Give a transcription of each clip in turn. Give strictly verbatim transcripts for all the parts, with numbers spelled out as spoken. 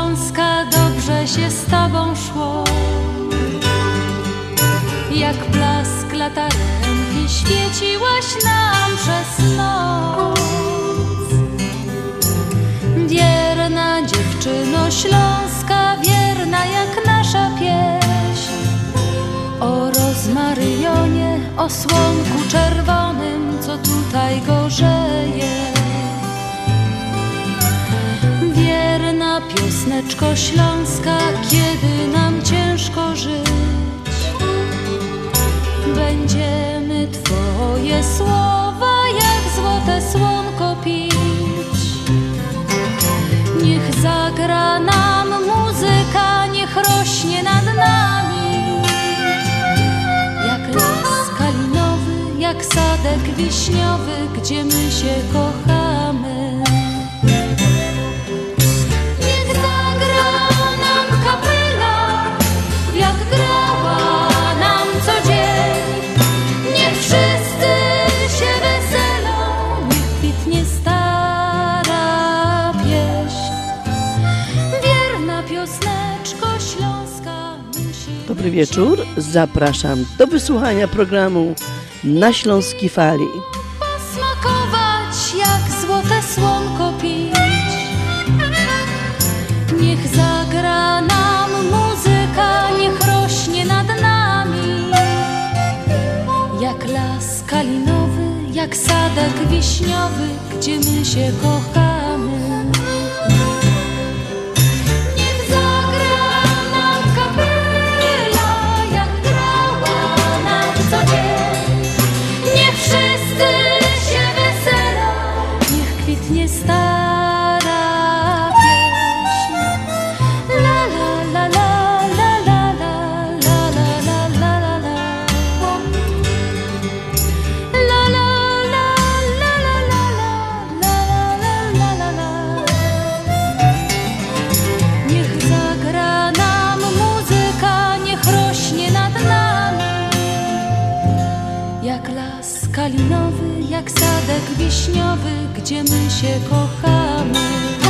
Śląska, dobrze się z tobą szło. Jak blask latarenki świeciłaś nam przez noc. Wierna dziewczyno Śląska, wierna jak nasza pieśń. O rozmaryjonie, o słonku czerwonym, co tutaj gorzeje. Wierna piosneczko Śląska, kiedy nam ciężko żyć, będziemy twoje słowa jak złote słonko pić. Niech zagra nam muzyka, niech rośnie nad nami jak las kalinowy, jak sadek wiśniowy, gdzie my się kochamy. Niech zagra nam kapela, jak grała nam co dzień. Niech wszyscy się weselą, niech kwitnie stara pieśń. Wierna piosneczko Śląska musi... Dobry wieczór, zapraszam do wysłuchania programu Na Śląskiej Fali. Posmakować jak złote słonko pić. Niech zagra nam muzyka, niech rośnie nad nami jak las kalinowy, jak sadek wiśniowy, gdzie my się kochamy. Niech zagra nam kapela, jak grała nam co dzień. Niech wszyscy się weselą, niech kwitnie stara pieśń. La la la la la la la la la la la la. La la la la la la la la la la. Niech zagra nam muzyka, niech rośnie nad nami jak las kalinowy, jak sadek wiśniowy, gdzie my się kochamy.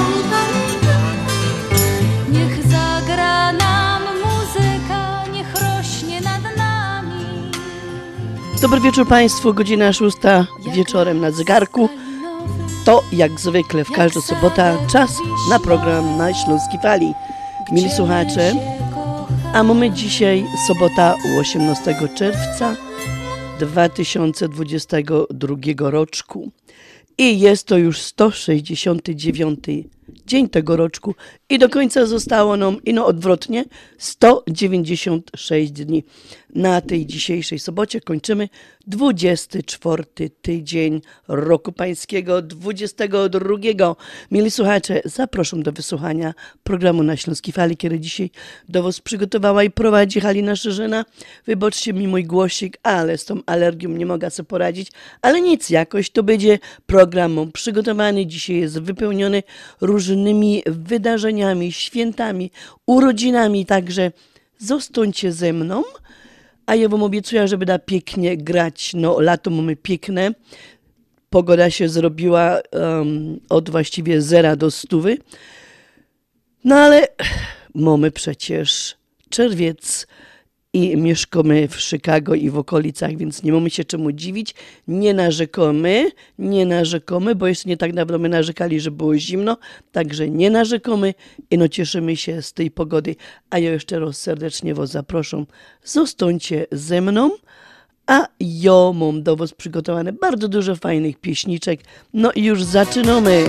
Niech zagra nam muzyka, niech rośnie nad nami. Dobry wieczór Państwu, godzina szósta wieczorem na zegarku. To jak zwykle w każdą sobotę czas na program Na Śląskiej Fali. Mili słuchacze, a mamy dzisiaj sobota osiemnastego czerwca dwa tysiące dwudziestego drugiego roczku i jest to już sto sześćdziesiąty dziewiąty dzień tego roczku i do końca zostało nam, i no odwrotnie, sto dziewięćdziesiąt sześć dni. Na tej dzisiejszej sobocie kończymy dwudziesty czwarty tydzień roku pańskiego dwudziestego drugiego. Mili słuchacze, zapraszam do wysłuchania programu Na Śląskiej Fali, który dzisiaj do was przygotowała i prowadzi Halina Szerzyna. Wybaczcie mi mój głosik, ale z tą alergią nie mogę sobie poradzić, ale nic, jakoś to będzie program przygotowany. Dzisiaj jest wypełniony różnymi wydarzeniami, świętami, urodzinami, także zostańcie ze mną. A ja wam obiecuję, że będę pięknie grać. No, lato mamy piękne. Pogoda się zrobiła um, od właściwie zera do stówy. No ale mamy przecież czerwiec i mieszkamy w Chicago i w okolicach, więc nie mamy się czemu dziwić. Nie narzekamy, nie narzekamy, bo jeszcze nie tak dawno my narzekali, że było zimno, także nie narzekamy i no cieszymy się z tej pogody. A ja jeszcze raz serdecznie was zapraszam, zostańcie ze mną, a ja mam do was przygotowane bardzo dużo fajnych pieśniczek. No i już zaczynamy.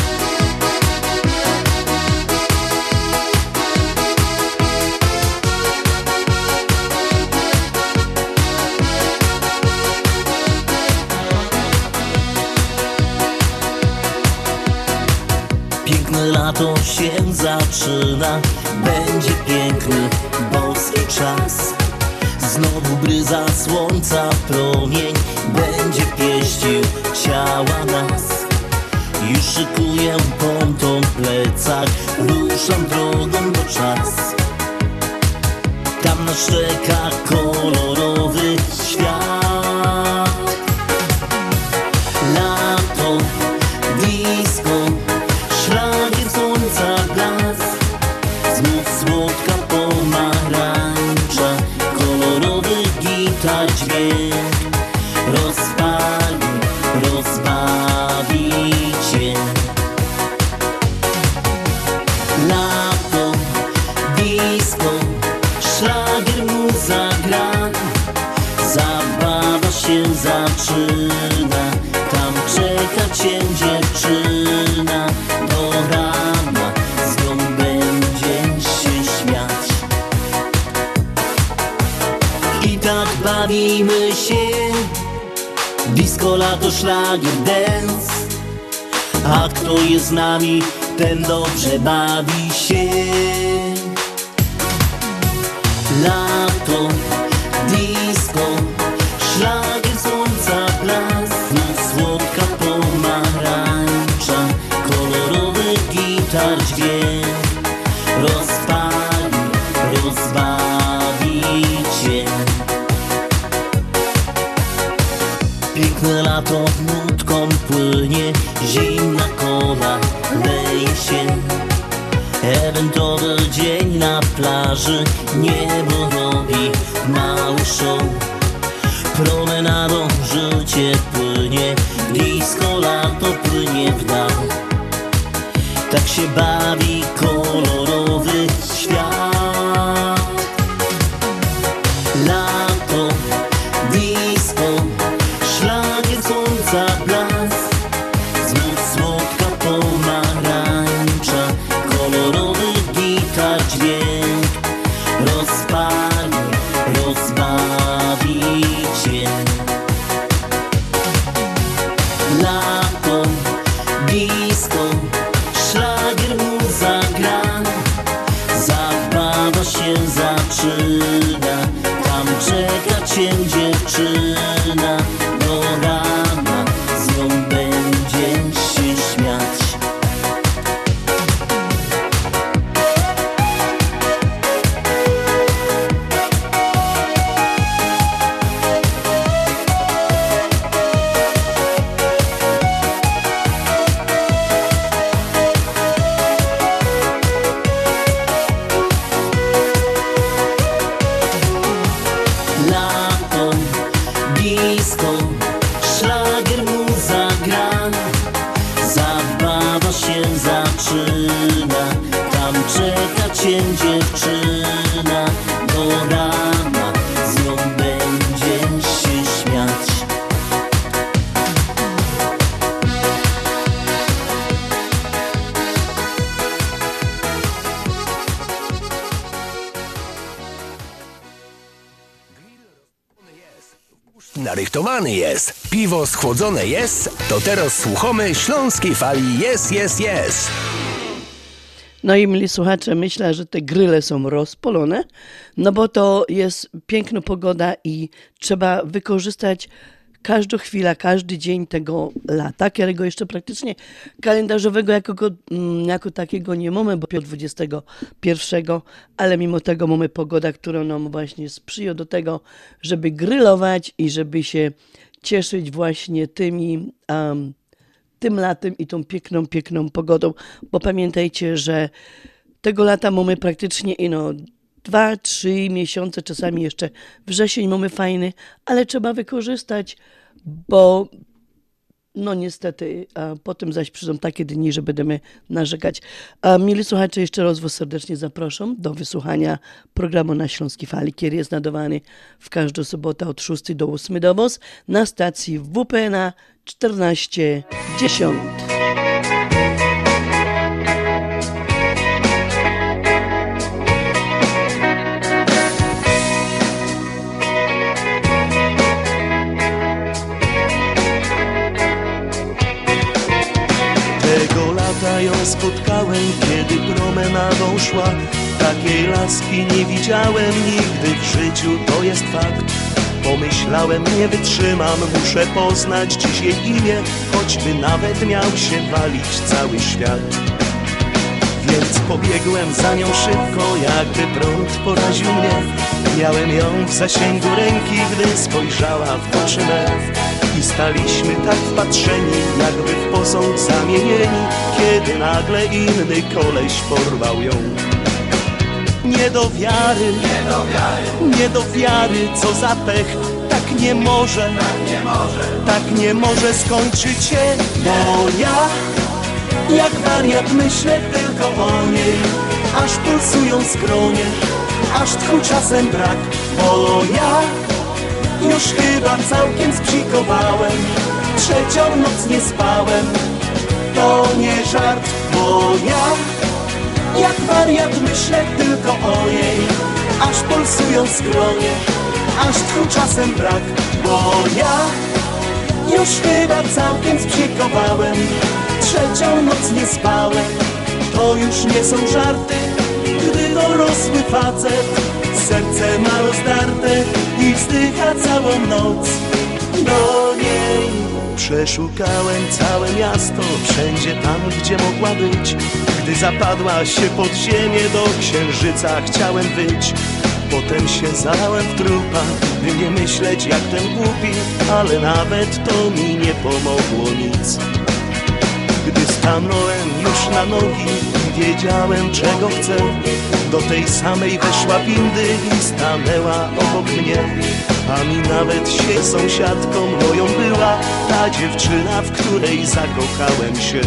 Lato się zaczyna, będzie piękny, boski czas. Znowu bryza słońca promień, będzie pieścił ciała nas. Już szykuję ponton plecak, ruszam drogą, bo czas. Tam nas czeka kolorowy świat. Lato, disco, szlagier słońca blask. bawimy się. Disco, lato, szlagier, dance. A kto jest z nami, ten dobrze bawi się. Lato, disco, szlagier, słońca, blask. Słodka pomarańcza, kolorowy gitar dźwięk. Rozpali, rozbawi cię. Piękne lato nutką płynie, zimna kola leje się. Eventowy dzień na plaży, niebo robi mały show. Promenadą życie płynie, disco, lato płynie w dal. Tak się bawi kolorowy świat. Lato, disco, szlagier, słońca, blask. Znów słodka pomarańcza, kolorowy gitar dźwięk. Rozpali, rozbawi cię. Lato, disco, szlagier mu zagra. Zabawa się zaczyna, tam czeka cię dziewczyna. Do rana z nią będziesz się śmiać. Lato, disco, szlagier mu zagra. Zabawa się zaczyna, tam czeka cię dziewczyna. Do rana z nią będziesz się śmiać. Narychtowany jest, piwo schłodzone jest, to teraz słuchamy śląskiej fali jest, jest, jest. No i mili słuchacze, myślę, że te gryle są rozpolone, no bo to jest piękna pogoda i trzeba wykorzystać każdą chwilę, każdy dzień tego lata, którego jeszcze praktycznie kalendarzowego jako, go, jako takiego nie mamy, bo dwudziestego pierwszego, ale mimo tego mamy pogodę, która nam właśnie sprzyja do tego, żeby grillować i żeby się cieszyć właśnie tymi, um, tym latem i tą piękną, piękną pogodą, bo pamiętajcie, że tego lata mamy praktycznie ino dwa, trzy miesiące, czasami jeszcze wrzesień mamy fajny, ale trzeba wykorzystać, bo no niestety a potem zaś przyjdą takie dni, że będziemy narzekać. A mili słuchacze, jeszcze raz was serdecznie zapraszam do wysłuchania programu na Śląskiej Fali, który jest nadawany w każdą sobotę od szóstej do ósmej do was na stacji W P N A czternaście dziesięć. Tego lata ją spotkałem, kiedy promenadą szła. Takiej laski nie widziałem nigdy w życiu, to jest fakt. Pomyślałem, nie wytrzymam, muszę poznać dziś jej imię, choćby nawet miał się walić cały świat. Więc pobiegłem za nią szybko, jakby prąd poraził mnie. Miałem ją w zasięgu ręki, gdy spojrzała w oczy me. I staliśmy tak wpatrzeni, jakby w posąg zamienieni, kiedy nagle inny koleś porwał ją. Nie do wiary, nie do wiary, nie do wiary, co za pech. Tak nie może, tak nie może, tak nie może skończyć się. Bo ja, jak wariat, myślę tylko o niej, aż pulsują skronie, aż tchu czasem brak. Bo ja już chyba całkiem zbzikowałem, trzecią noc nie spałem. To nie żart, bo ja jak wariat myślę tylko o niej, aż pulsują skronie, aż tchu czasem brak. Bo ja już chyba całkiem zbzikowałem, trzecią noc nie spałem. To już nie są żarty, gdy dorosły facet serce ma rozdarte i wzdycha całą noc do niej. Przeszukałem całe miasto, wszędzie tam, gdzie mogła być. Gdy zapadła się pod ziemię, do księżyca chciałem być. Potem się zalałem w trupa, by nie myśleć jak ten głupi, ale nawet to mi nie pomogło nic. Gdy stanąłem już na nogi i wiedziałem czego chcę, do tej samej weszła windy i stanęła obok mnie. A mi nawet się sąsiadką moją była ta dziewczyna, w której zakochałem się.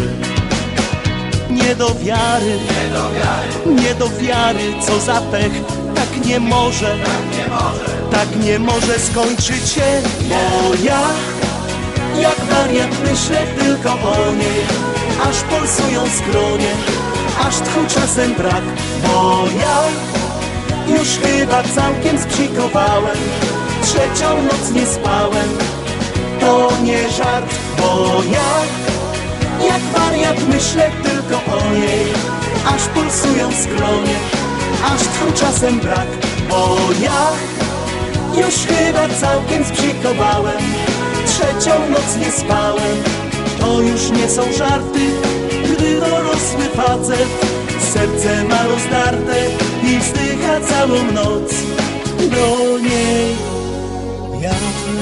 Nie do wiary, nie do wiary, nie do wiary, co za pech. Tak nie może, tak nie może, tak nie może skończyć się. Bo ja, jak wariat myślę tylko o niej, aż pulsują skronie, aż tchu czasem brak. Bo ja już chyba całkiem zbzikowałem, trzecią noc nie spałem. To nie żart, bo ja, jak wariat myślę tylko o niej, aż pulsują skronie, aż tchu czasem brak. Bo ja już chyba całkiem zbzikowałem, trzecią noc nie spałem. To już nie są żarty, gdy dorosły facet serce ma rozdarte i wzdycha całą noc do niej. Jak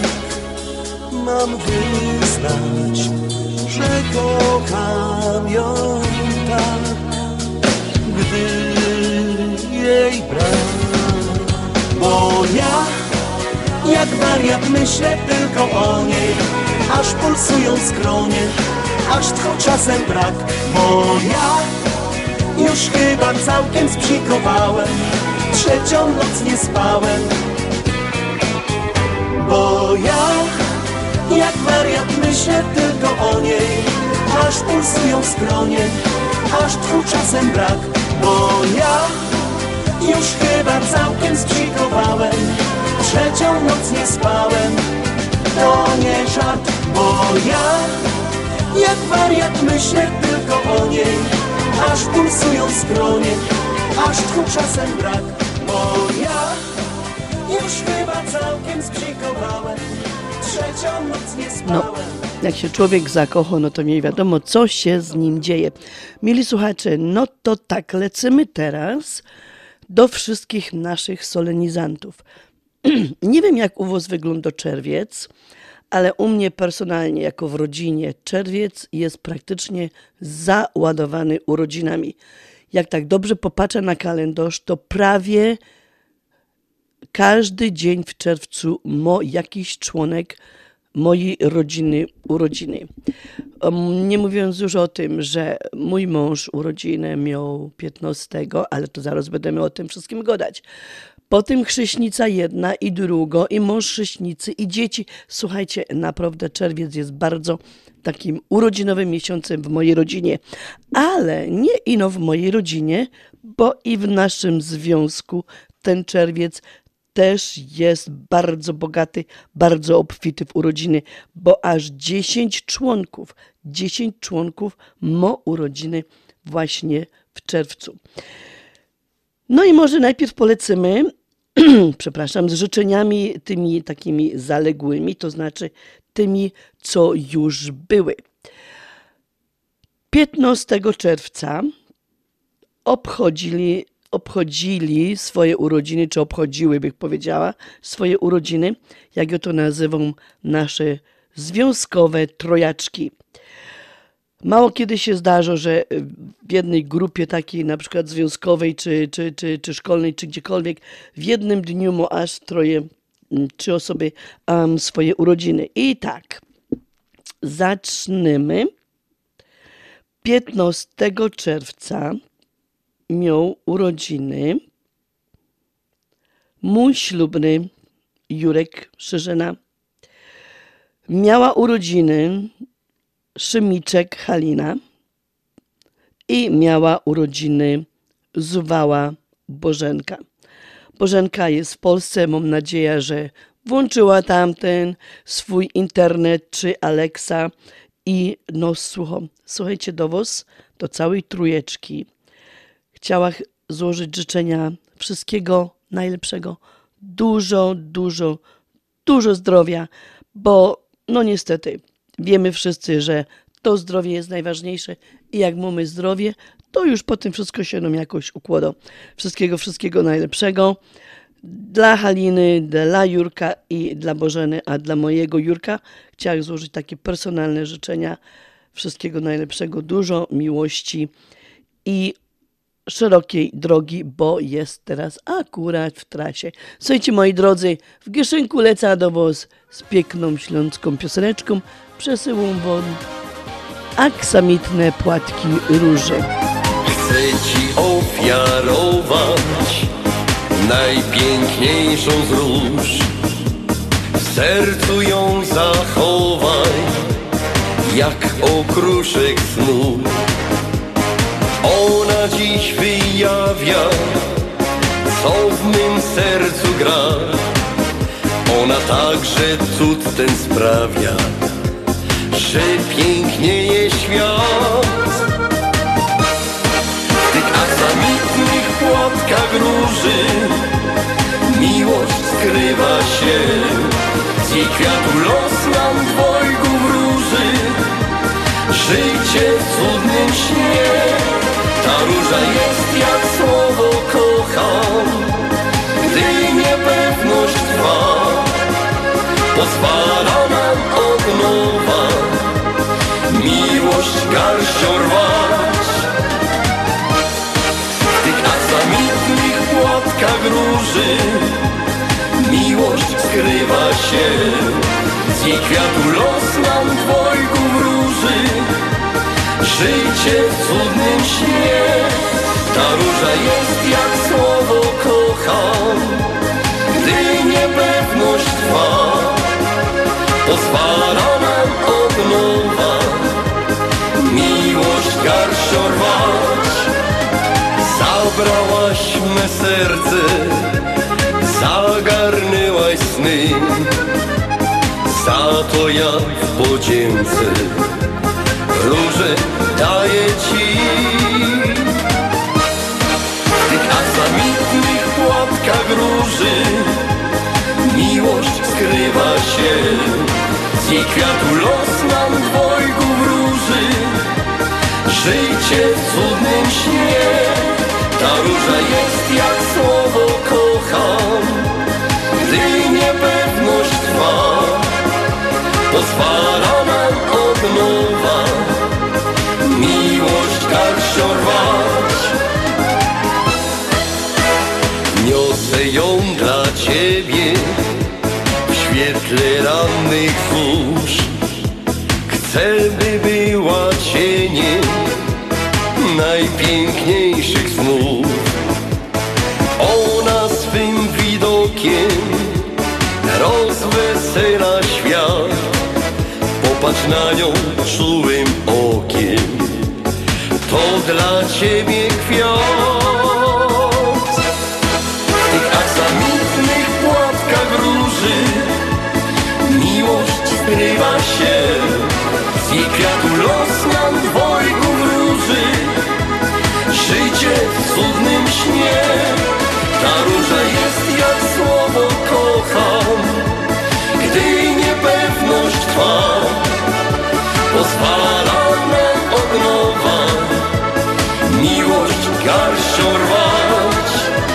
mam wyznać, że kocham ją tak, gdy jej brak? Bo ja, jak wariat myślę tylko o niej, aż pulsują skronie, aż tchu czasem brak. Bo ja już chyba całkiem zbzikowałem, trzecią noc nie spałem. Bo ja, jak wariat myślę tylko o niej, aż pulsują skronie, aż tchu czasem brak. Bo ja już chyba całkiem zbzikowałem, trzecią noc nie spałem. To nie żart, bo ja, jak wariat myślę tylko o niej, aż pulsują skronie, aż tchu czasem brak. Bo ja już chyba całkiem zbzikowałem, trzecią noc nie spałem. No, jak się człowiek zakocha, no to nie wiadomo, co się z nim dzieje. Mili słuchacze, no to tak, lecimy teraz do wszystkich naszych solenizantów. Nie wiem, jak u was wygląda czerwiec, ale u mnie personalnie, jako w rodzinie, czerwiec jest praktycznie załadowany urodzinami. Jak tak dobrze popatrzę na kalendarz, to prawie każdy dzień w czerwcu ma jakiś członek mojej rodziny urodziny. Nie mówiąc już o tym, że mój mąż urodzinę miał piętnastego, ale to zaraz będziemy o tym wszystkim gadać. Potem chrzestnica jedna i druga, i mąż chrzestnicy, i dzieci. Słuchajcie, naprawdę czerwiec jest bardzo takim urodzinowym miesiącem w mojej rodzinie. Ale nie ino w mojej rodzinie, bo i w naszym związku ten czerwiec też jest bardzo bogaty, bardzo obfity w urodziny, bo aż dziesięć członków, dziesięć członków ma urodziny właśnie w czerwcu. No i może najpierw polecimy, przepraszam, z życzeniami tymi takimi zaległymi, to znaczy tymi, co już były. piętnastego czerwca obchodzili, obchodzili swoje urodziny, czy obchodziły, bych powiedziała, swoje urodziny, jak ja to nazywam, nasze związkowe trojaczki. Mało kiedy się zdarza, że w jednej grupie takiej na przykład związkowej, czy, czy, czy, czy szkolnej, czy gdziekolwiek w jednym dniu ma aż troje, trzy osoby um, swoje urodziny. I tak, zaczniemy. piętnastego czerwca miał urodziny mój ślubny Jurek Szerzyna. Miała urodziny Szymiczek Halina i miała urodziny Zuwała Bożenka. Bożenka jest w Polsce, mam nadzieję, że włączyła tamten swój internet czy Alexa i no słucham, słuchajcie, do was, do całej trójeczki. Chciała złożyć życzenia wszystkiego najlepszego, dużo, dużo, dużo zdrowia, bo no niestety wiemy wszyscy, że to zdrowie jest najważniejsze i jak mamy zdrowie, to już po tym wszystko się nam jakoś układa. Wszystkiego, wszystkiego najlepszego dla Haliny, dla Jurka i dla Bożeny, a dla mojego Jurka chciałam złożyć takie personalne życzenia. Wszystkiego najlepszego, dużo miłości i szerokiej drogi, bo jest teraz akurat w trasie. Słuchajcie, moi drodzy, w Gieszynku lecę do was z piękną śląską pioseneczką. Przesyłam wam aksamitne płatki róży. Chcę ci ofiarować najpiękniejszą z róż. W sercu ją zachowaj, jak okruszek snu. Ona dziś wyjawia, co w mym sercu gra. Ona także cud ten sprawia, że pięknieje świat. W tych aksamitnych płatkach róży miłość skrywa się. Z jej kwiatu los nam dwojgu wróży życie w cudnym śnie. Ta róża jest jak słowo kocham, gdy niepewność trwa, pozwala nam od nowa miłość garścią rwać. W tych aksamitnych płatkach róży miłość skrywa się. Z jej kwiatu los nam dwojgu wróży życie w cudnym śnie. Ta róża jest jak słowo kocham, gdy niepewność trwa, pozwala nam od nowa miłość garścią rwać. Zabrałaś me serce, zagarnęłaś sny, za to ja w podzięce róże daję ci. W tych aksamitnych płatkach róży miłość skrywa się. Z jej kwiatu los nam dwojgu wróży życie w cudnym śnie. Ta róża jest jak słowo kocham, gdy niepewność trwa, pozwala nam od nowa miłość garścią rwać. Niosę ją dla ciebie w świetle rannych zórz. Chcę, by była cieniem najpiękniejszych snów. Ona swym widokiem rozwesela świat. Popatrz na nią czułym okiem, to dla ciebie kwiat. W tych aksamitnych płatkach róży miłość skrywa się. Z jej kwiatu los nam dwojgu wróży życie w cudnym śnie. Ta róża jest jak słowo kocham, gdy niepewność trwa, pozwala nam od nowa miłość garścią rwać.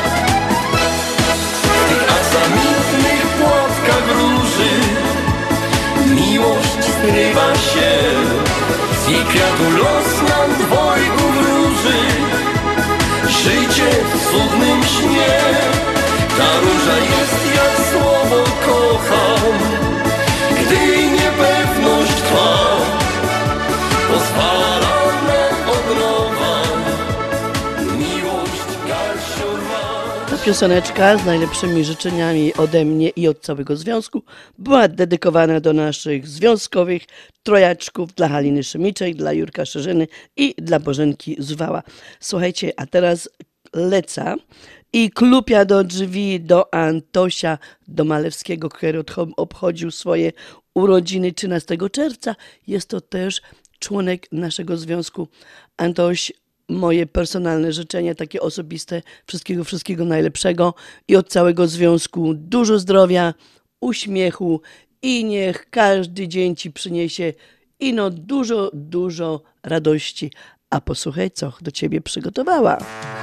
W tych aksamitnych płatkach róży miłość skrywa się. Z jej kwiatu los nam dwojgu wróży życie w cudnym śnie. Ta róża jest jak słowo kocham, gdy niepewność trwa, pozwala nam od nowa miłość garścią rwać. Ta pioseneczka z najlepszymi życzeniami ode mnie i od całego związku była dedykowana do naszych związkowych trojaczków, dla Haliny Szymiczek, dla Jurka Szerzyny i dla Bożenki Zuwała. Słuchajcie, a teraz Leca i klupia do drzwi do Antosia Domalewskiego, który obchodził swoje urodziny trzynastego czerwca. Jest to też członek naszego związku. Antoś, moje personalne życzenia, takie osobiste, wszystkiego, wszystkiego najlepszego i od całego związku dużo zdrowia, uśmiechu i niech każdy dzień Ci przyniesie ino dużo, dużo radości. A posłuchaj, co do Ciebie przygotowała.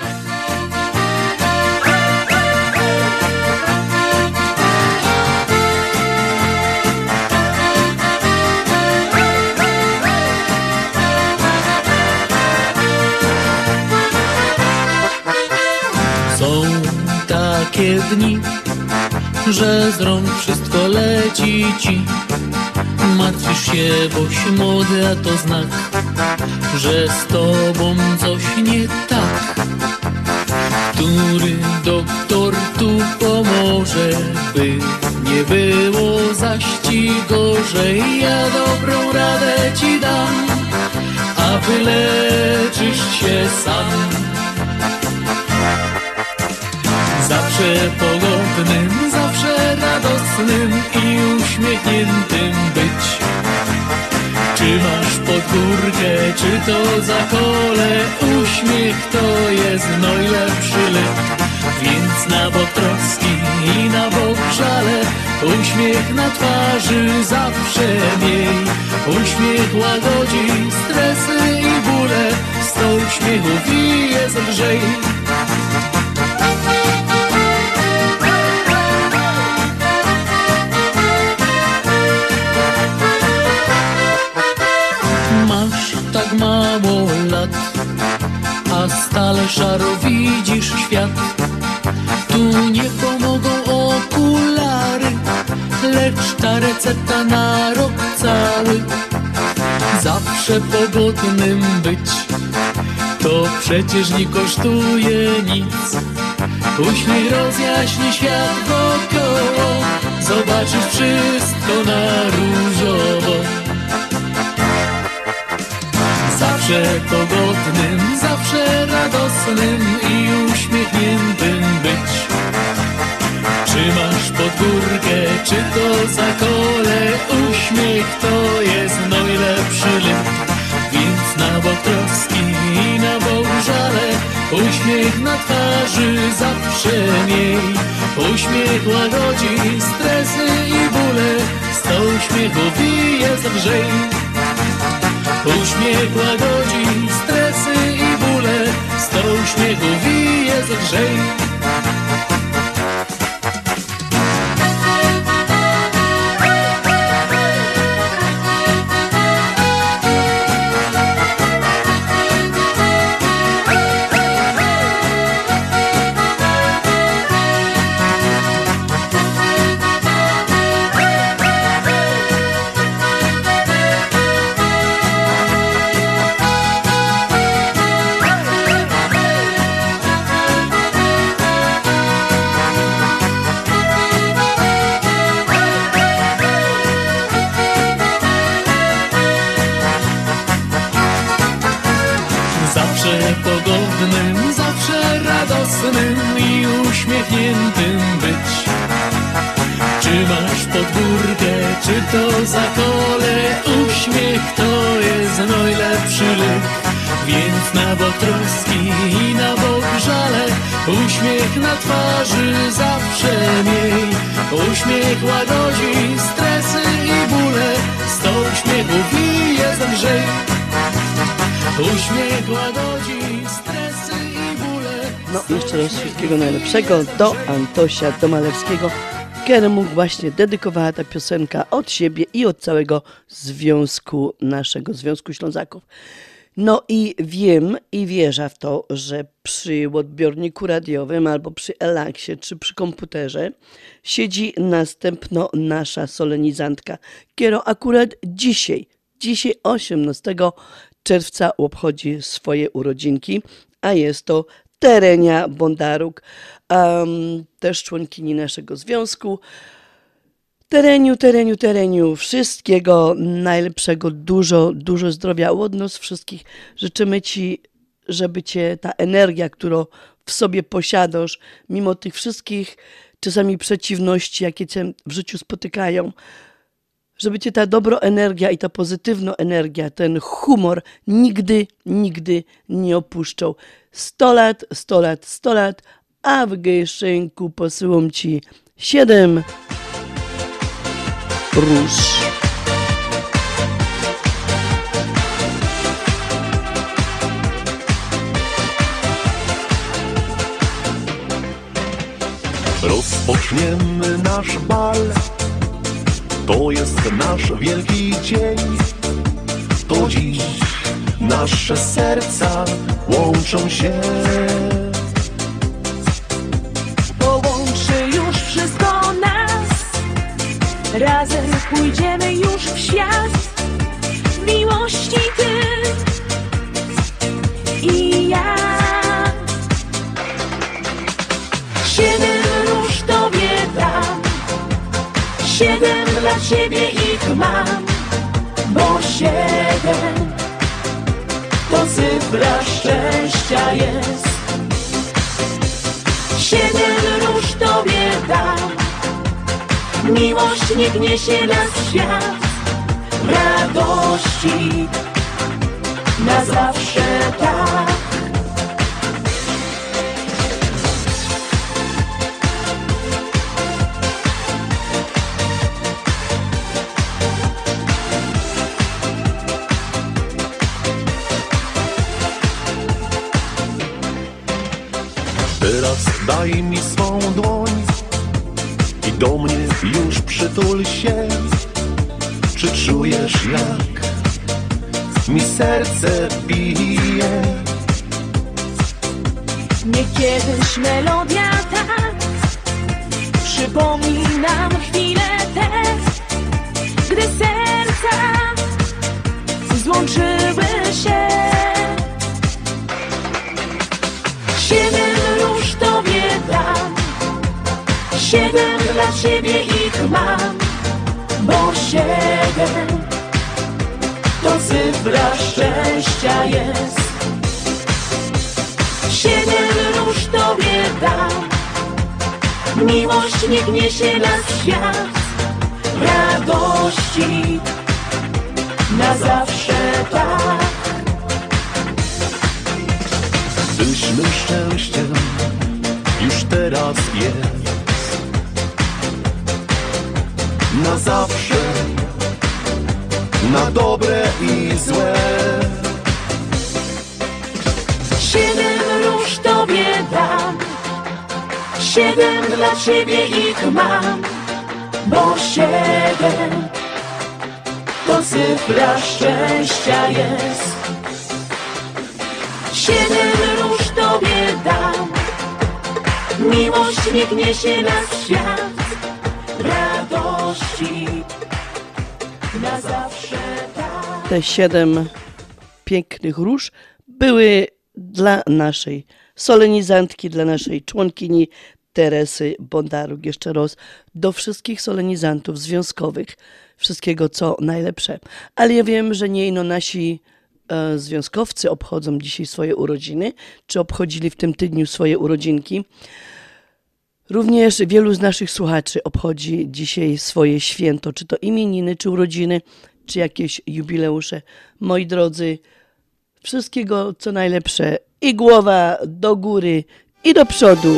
Są takie dni, że z rąk wszystko leci Ci. Martwisz się, boś młody, a to znak, że z Tobą coś nie tak. Który doktor tu pomoże, by nie było zaś Ci gorzej. Ja dobrą radę Ci dam, a wyleczysz się sam. Zawsze pogodnym, zawsze radosnym i uśmiechniętym być. Czy masz podgórkę, czy to zakole, uśmiech to jest najlepszy lek. Więc na bok troski i na bok żale, uśmiech na twarzy zawsze miej. Uśmiech łagodzi stresy i bóle, sto uśmiechów i jest lżej. Masz tak mało lat, a stale szaro widzisz świat. Tu nie pomogą okulary, lecz ta recepta na rok cały. Zawsze pogodnym być, to przecież nie kosztuje nic. Uśmiech rozjaśni świat wokoło, zobaczysz wszystko na różowo. Zawsze pogodnym, zawsze radosnym i uśmiechniętym być. Czy masz podgórkę, czy to zakole, uśmiech to jest najlepszy lek. Więc na bok troski i na bok żale, uśmiech na twarzy zawsze miej. Uśmiech łagodzi stresy i bóle, sto uśmiechów i jest lżej. Uśmiech łagodzi stresy i bóle, sto uśmiechów i jest lżej. Pogodnym, zawsze radosnym i uśmiechniętym być. Czy masz podgórkę, czy to zakole, uśmiech to jest najlepszy lek. Więc na bok troski i na bok żale, uśmiech na twarzy zawsze miej. Uśmiech łagodzi stresy i bóle, sto uśmiechów i jest lżej. Uśmiech łagodzi stresy i bóle. No, jeszcze raz wszystkiego najlepszego do Antosia Domalewskiego, któremu właśnie dedykowała ta piosenka od siebie i od całego związku, naszego Związku Ślązaków. No i wiem i wierzę w to, że przy odbiorniku radiowym albo przy Elaksie czy przy komputerze siedzi następno nasza solenizantka, która akurat dzisiaj, dzisiaj osiemnastego czerwca obchodzi swoje urodzinki, a jest to Terenia Bondaruk, um, też członkini naszego związku. Tereniu, Tereniu, Tereniu, wszystkiego najlepszego, dużo, dużo zdrowia od nas wszystkich. Życzymy Ci żeby cię ta energia, którą w sobie posiadasz, mimo tych wszystkich czasami przeciwności, jakie cię w życiu spotykają, żeby cię ta dobroenergia i ta pozytywna energia, ten humor nigdy, nigdy nie opuszczał. sto lat, sto lat, sto lat, a w kieszonku posyłam ci siedem róż. Rozpoczniemy nasz bal, to jest nasz wielki dzień. To dziś nasze serca łączą się. Połączy już wszystko nas, razem pójdziemy już w świat. W miłości ty i ja. Siedem róż tobie dam, siedem dla ciebie ich mam, bo siedem to cyfra szczęścia jest. Siedem róż tobie dam, miłość niech niesie nas w świat. W radości na zawsze tak. Teraz daj mi swą dłoń i do mnie już przytul się. Czy czujesz, jak mi serce bije? Niech kiedyś melodia ta przypomni nam chwilę te, gdy serca złączyły się. Siedem róż tobie dam, siedem dla ciebie ich mam, bo siedem to cyfra szczęścia jest. Siedem róż tobie dam, miłość niech niesie nas w świat. W radości na zawsze tak. Byśmy szczęściem już teraz jest. Na zawsze, na dobre i złe. Siedem róż tobie dam, siedem dla ciebie ich mam, bo siedem to cyfra szczęścia jest. Siedem róż tobie dam, miłość niech niesie nas w świat. Radości na zawsze tak. Te siedem pięknych róż były dla naszej solenizantki, dla naszej członkini Teresy Bondaruk. Jeszcze raz do wszystkich solenizantów związkowych wszystkiego co najlepsze. Ale ja wiem, że nie ino nasi e, związkowcy obchodzą dzisiaj swoje urodziny, czy obchodzili w tym tygodniu swoje urodzinki. Również wielu z naszych słuchaczy obchodzi dzisiaj swoje święto, czy to imieniny, czy urodziny, czy jakieś jubileusze. Moi drodzy, wszystkiego co najlepsze i głowa do góry i do przodu.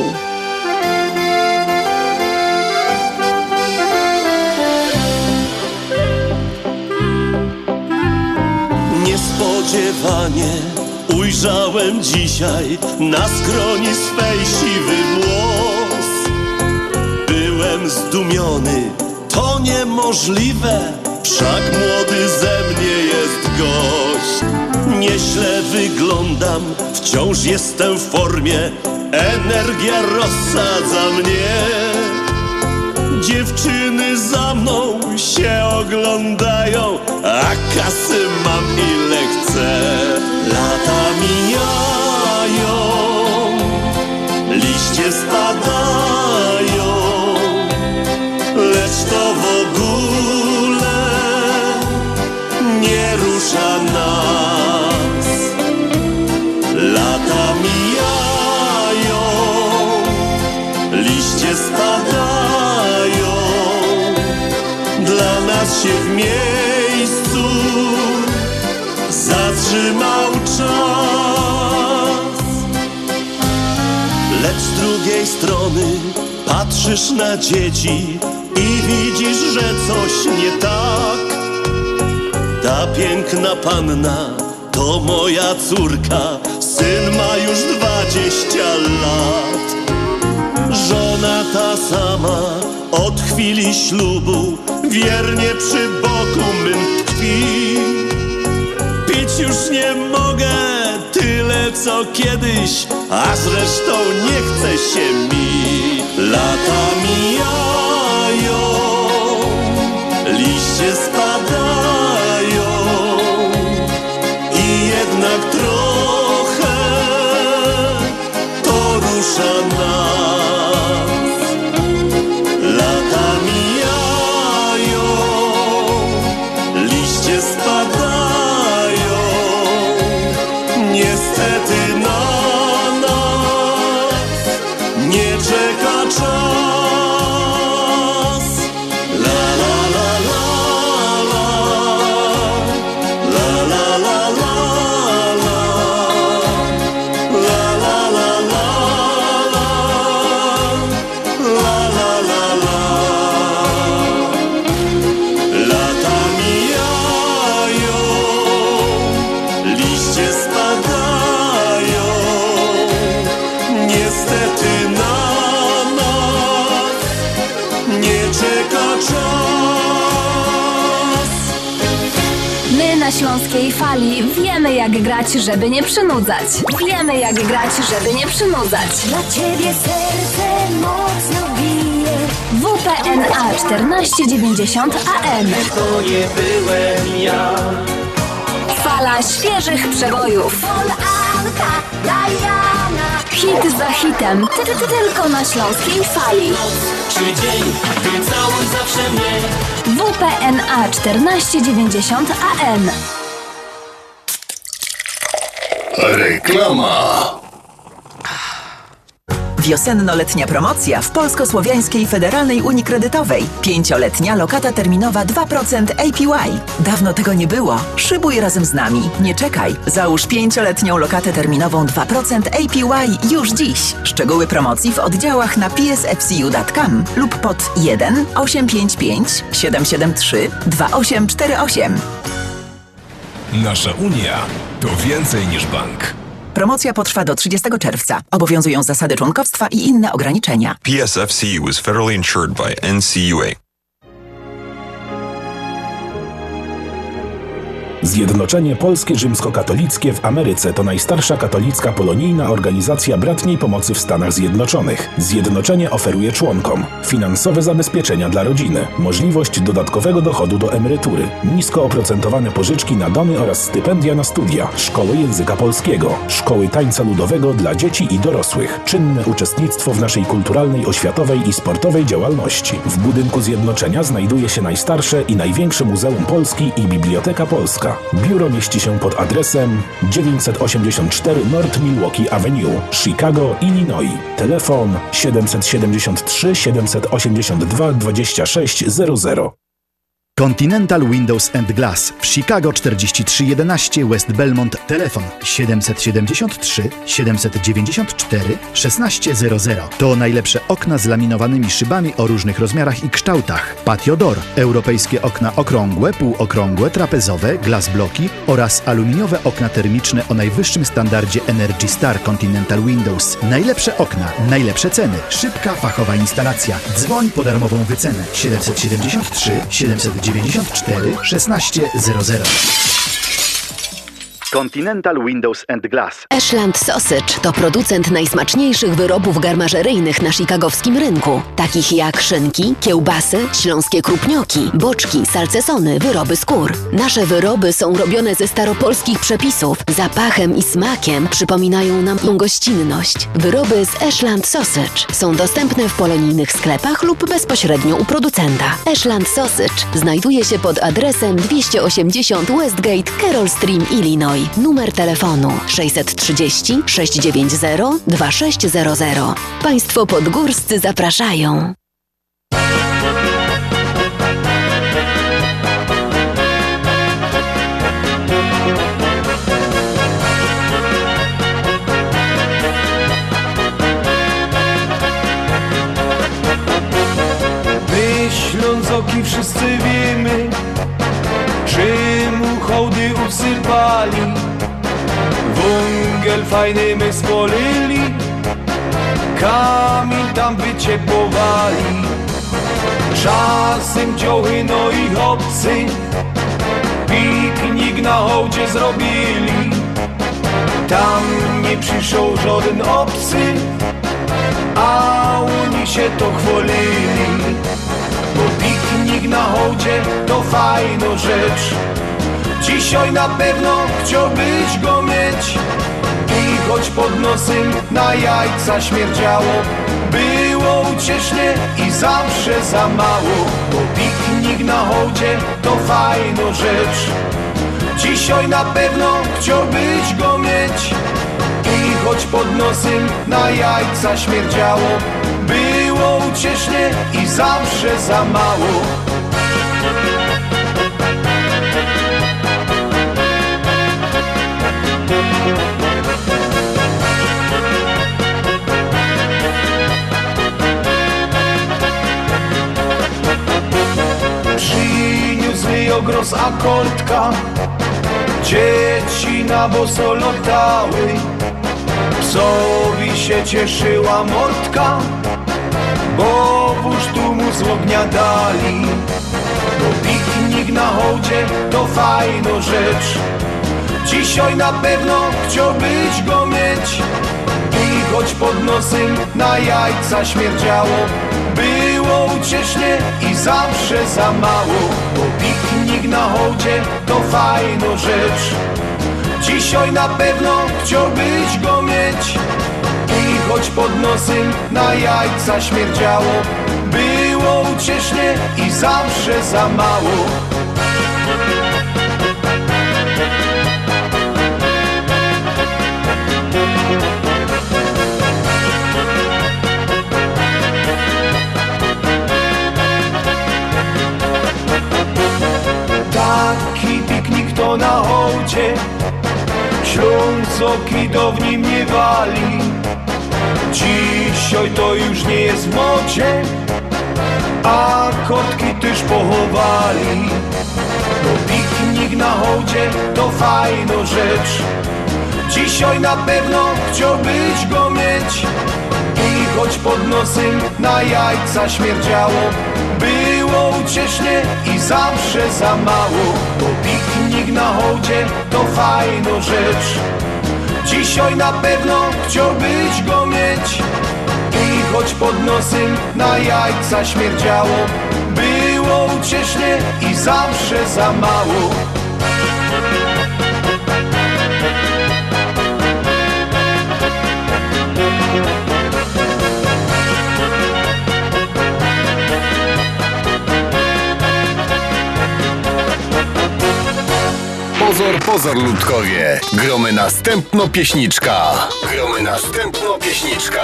Niespodziewanie ujrzałem dzisiaj na skroni swej siwy włos. Byłem zdumiony, to niemożliwe, wszak młody ze mnie jest gość. Nieźle wyglądam, wciąż jestem w formie, energia rozsadza mnie. Dziewczyny za mną się oglądają, a kasy mam ile chcę. Lata mijają, liście spadają, lecz to w ogóle nie rusza nas. liście spadają, dla nas się w miejscu zatrzymał czas. Lecz z drugiej strony patrzysz na dzieci i widzisz, że coś nie tak. Ta piękna panna to moja córka, syn ma już dwadzieścia lat. Żona ta sama od chwili ślubu wiernie przy boku mym tkwi. Pić już nie mogę tyle co kiedyś, a zresztą nie chce się mi. Lata mijają, liście spadają i jednak trochę to rusza nas. Lata mijają, liście spadają, niestety na nas nie czeka czas. La la la la la, la la la la la, la la la la la, la la la la. Lata mijają, liście spadają, niestety na nas nie czeka czas. My na Śląskiej Fali wiemy jak grać, żeby nie przynudzać. Wiemy jak grać, żeby nie przynudzać. Dla ciebie serce mocno bije. W P N A czternaście dziewięćdziesiąt A M. To nie byłem ja. Fala świeżych przebojów. Hit za hitem. Ty, ty, ty, tylko na Śląskiej Fali. Czy dzień, ty całuj zawsze mnie. W P N A czternaście dziewięćdziesiąt A M. Reklama. Wiosenno-letnia promocja w Polsko-Słowiańskiej Federalnej Unii Kredytowej. Pięcioletnia lokata terminowa dwa procent A P Y. Dawno tego nie było. Szybuj razem z nami. Nie czekaj. Załóż pięcioletnią lokatę terminową dwa procent A P Y już dziś. Szczegóły promocji w oddziałach na p s f c u kropka com lub pod jeden osiem pięć pięć siedem siedem trzy dwa osiem cztery osiem. Nasza Unia to więcej niż bank. Promocja potrwa do trzydziestego czerwca. Obowiązują zasady członkostwa i inne ograniczenia. P S F C U is federally insured by N C U A. Zjednoczenie Polskie Rzymskokatolickie w Ameryce to najstarsza katolicka polonijna organizacja bratniej pomocy w Stanach Zjednoczonych. Zjednoczenie oferuje członkom finansowe zabezpieczenia dla rodziny, możliwość dodatkowego dochodu do emerytury, nisko oprocentowane pożyczki na domy oraz stypendia na studia, szkoły języka polskiego, szkoły tańca ludowego dla dzieci i dorosłych, czynne uczestnictwo w naszej kulturalnej, oświatowej i sportowej działalności. W budynku Zjednoczenia znajduje się najstarsze i największe Muzeum Polski i Biblioteka Polska. Biuro mieści się pod adresem dziewięćset osiemdziesiąt cztery North Milwaukee Avenue, Chicago, Illinois. Telefon siedem siedem trzy siedem osiem dwa dwa sześć zero zero. Continental Windows and Glass w Chicago czterdzieści trzy jedenaście West Belmont. Telefon siedem siedem trzy siedem dziewięć cztery jeden sześć zero zero. To najlepsze okna z laminowanymi szybami o różnych rozmiarach i kształtach. Patio Door, europejskie okna okrągłe, półokrągłe, trapezowe, glass bloki oraz aluminiowe okna termiczne o najwyższym standardzie Energy Star Continental Windows. Najlepsze okna, najlepsze ceny, szybka, fachowa instalacja. Dzwoń po darmową wycenę siedem siedem trzy siedem dziewięć cztery jeden sześć zero zero. Continental Windows and Glass. Ashland Sausage to producent najsmaczniejszych wyrobów garmażeryjnych na chicagowskim rynku, takich jak szynki, kiełbasy, śląskie krupnioki, boczki, salcesony, wyroby skór. Nasze wyroby są robione ze staropolskich przepisów. Zapachem i smakiem przypominają nam gościnność. Wyroby z Ashland Sausage są dostępne w polonijnych sklepach lub bezpośrednio u producenta. Ashland Sausage znajduje się pod adresem dwieście osiemdziesiąt Westgate, Carroll Stream, Illinois. Podgórskiej. Numer telefonu sześćset trzydzieści sześćset dziewięćdziesiąt dwa sześć zero zero. Państwo podgórscy zapraszają. My Ślązoki wszyscy wiemy, czemu hołdy usypali. Węgiel fajny my spolili, kamień tam wyciepłowali. Czasem dzioły no i chłopcy piknik na hołdzie zrobili. Tam nie przyszedł żaden obcy, a oni się to chwalili. Bo piknik na hołdzie to fajna rzecz. Dzisiaj na pewno chciałbyś go mieć. I choć pod nosem na jajca śmierdziało, było uciesznie i zawsze za mało. Bo piknik na hołdzie to fajna rzecz. Dzisiaj na pewno chciałbyś go mieć. I choć pod nosem na jajca śmierdziało, było uciesznie i zawsze za mało. Przyniósł ogros akordka, dzieci na boso lotały. Psowi się cieszyła mordka, bo wóż tu mu z ognia dali. Bo piknik na hołdzie to fajna rzecz. Dzisiaj na pewno chciałbyś go mieć. I choć pod nosem na jajca śmierdziało, było uciesznie i zawsze za mało. Bo piknik na hołdzie to fajna rzecz. Dzisiaj na pewno chciałbyś go mieć. I choć pod nosem na jajca śmierdziało, było uciesznie i zawsze za mało. Taki piknik to na hołdzie, Ślązoki do w nim nie wali. Dzisiaj to już nie jest w modzie, a kotki też pochowali. Bo piknik na hołdzie to fajna rzecz. Dzisiaj na pewno chciałbyś go mieć. I choć pod nosem na jajca śmierdziało, było uciesznie i zawsze za mało. Bo piknik na hołdzie to fajna rzecz. Dzisiaj na pewno chciałbyś go mieć. I choć pod nosem na jajca śmierdziało, było uciesznie i zawsze za mało. Pozor, pozor, ludkowie. Gromy następno pieśniczka. Gromy następno pieśniczka.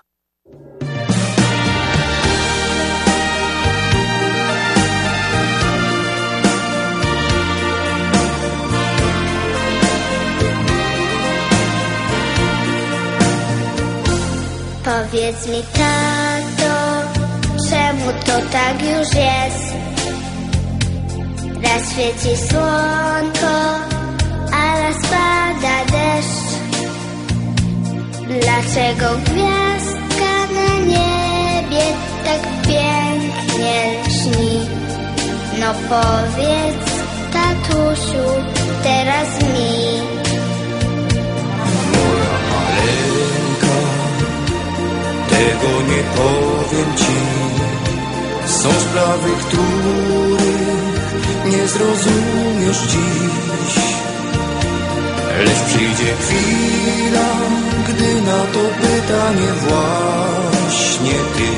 Powiedz mi, tato, czemu to tak już jest? Raz świeci słonko, a raz pada deszcz. Dlaczego gwiazdka na niebie tak pięknie lśni? No powiedz, tatusiu, teraz mi. Moja maleńka, tego nie powiem ci. Są sprawy, których nie zrozumiesz dziś. Lecz przyjdzie chwila, gdy na to pytanie właśnie ty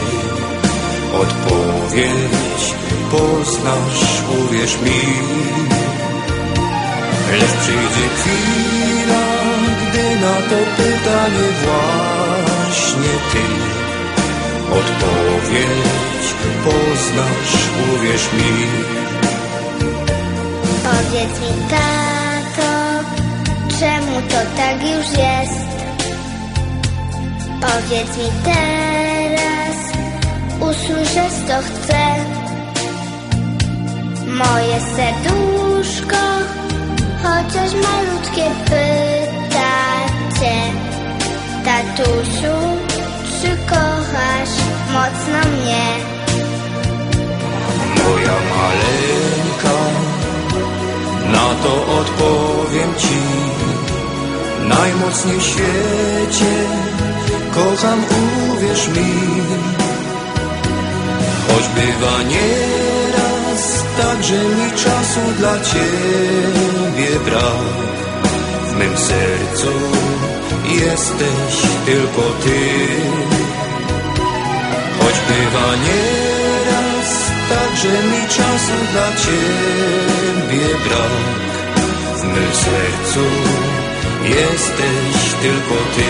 odpowiedź poznasz, uwierz mi. Lecz przyjdzie chwila, gdy na to pytanie właśnie ty odpowiedź poznasz, uwierz mi. Powiedz mi, tato, czemu to tak już jest? Powiedz mi teraz, usłyszeć to chcę. Moje serduszko, chociaż malutkie, pyta cię: tatusiu, czy kochasz mocno mnie? Moja maleńka, na to odpowiem ci najmocniej w świecie. Kocham, uwierz mi. Choć bywa nieraz tak, że mi czasu dla ciebie brak, w mym sercu jesteś tylko ty. Choć bywa nieraz tak, że mi czasu dla ciebie brak, w mym sercu jesteś tylko ty.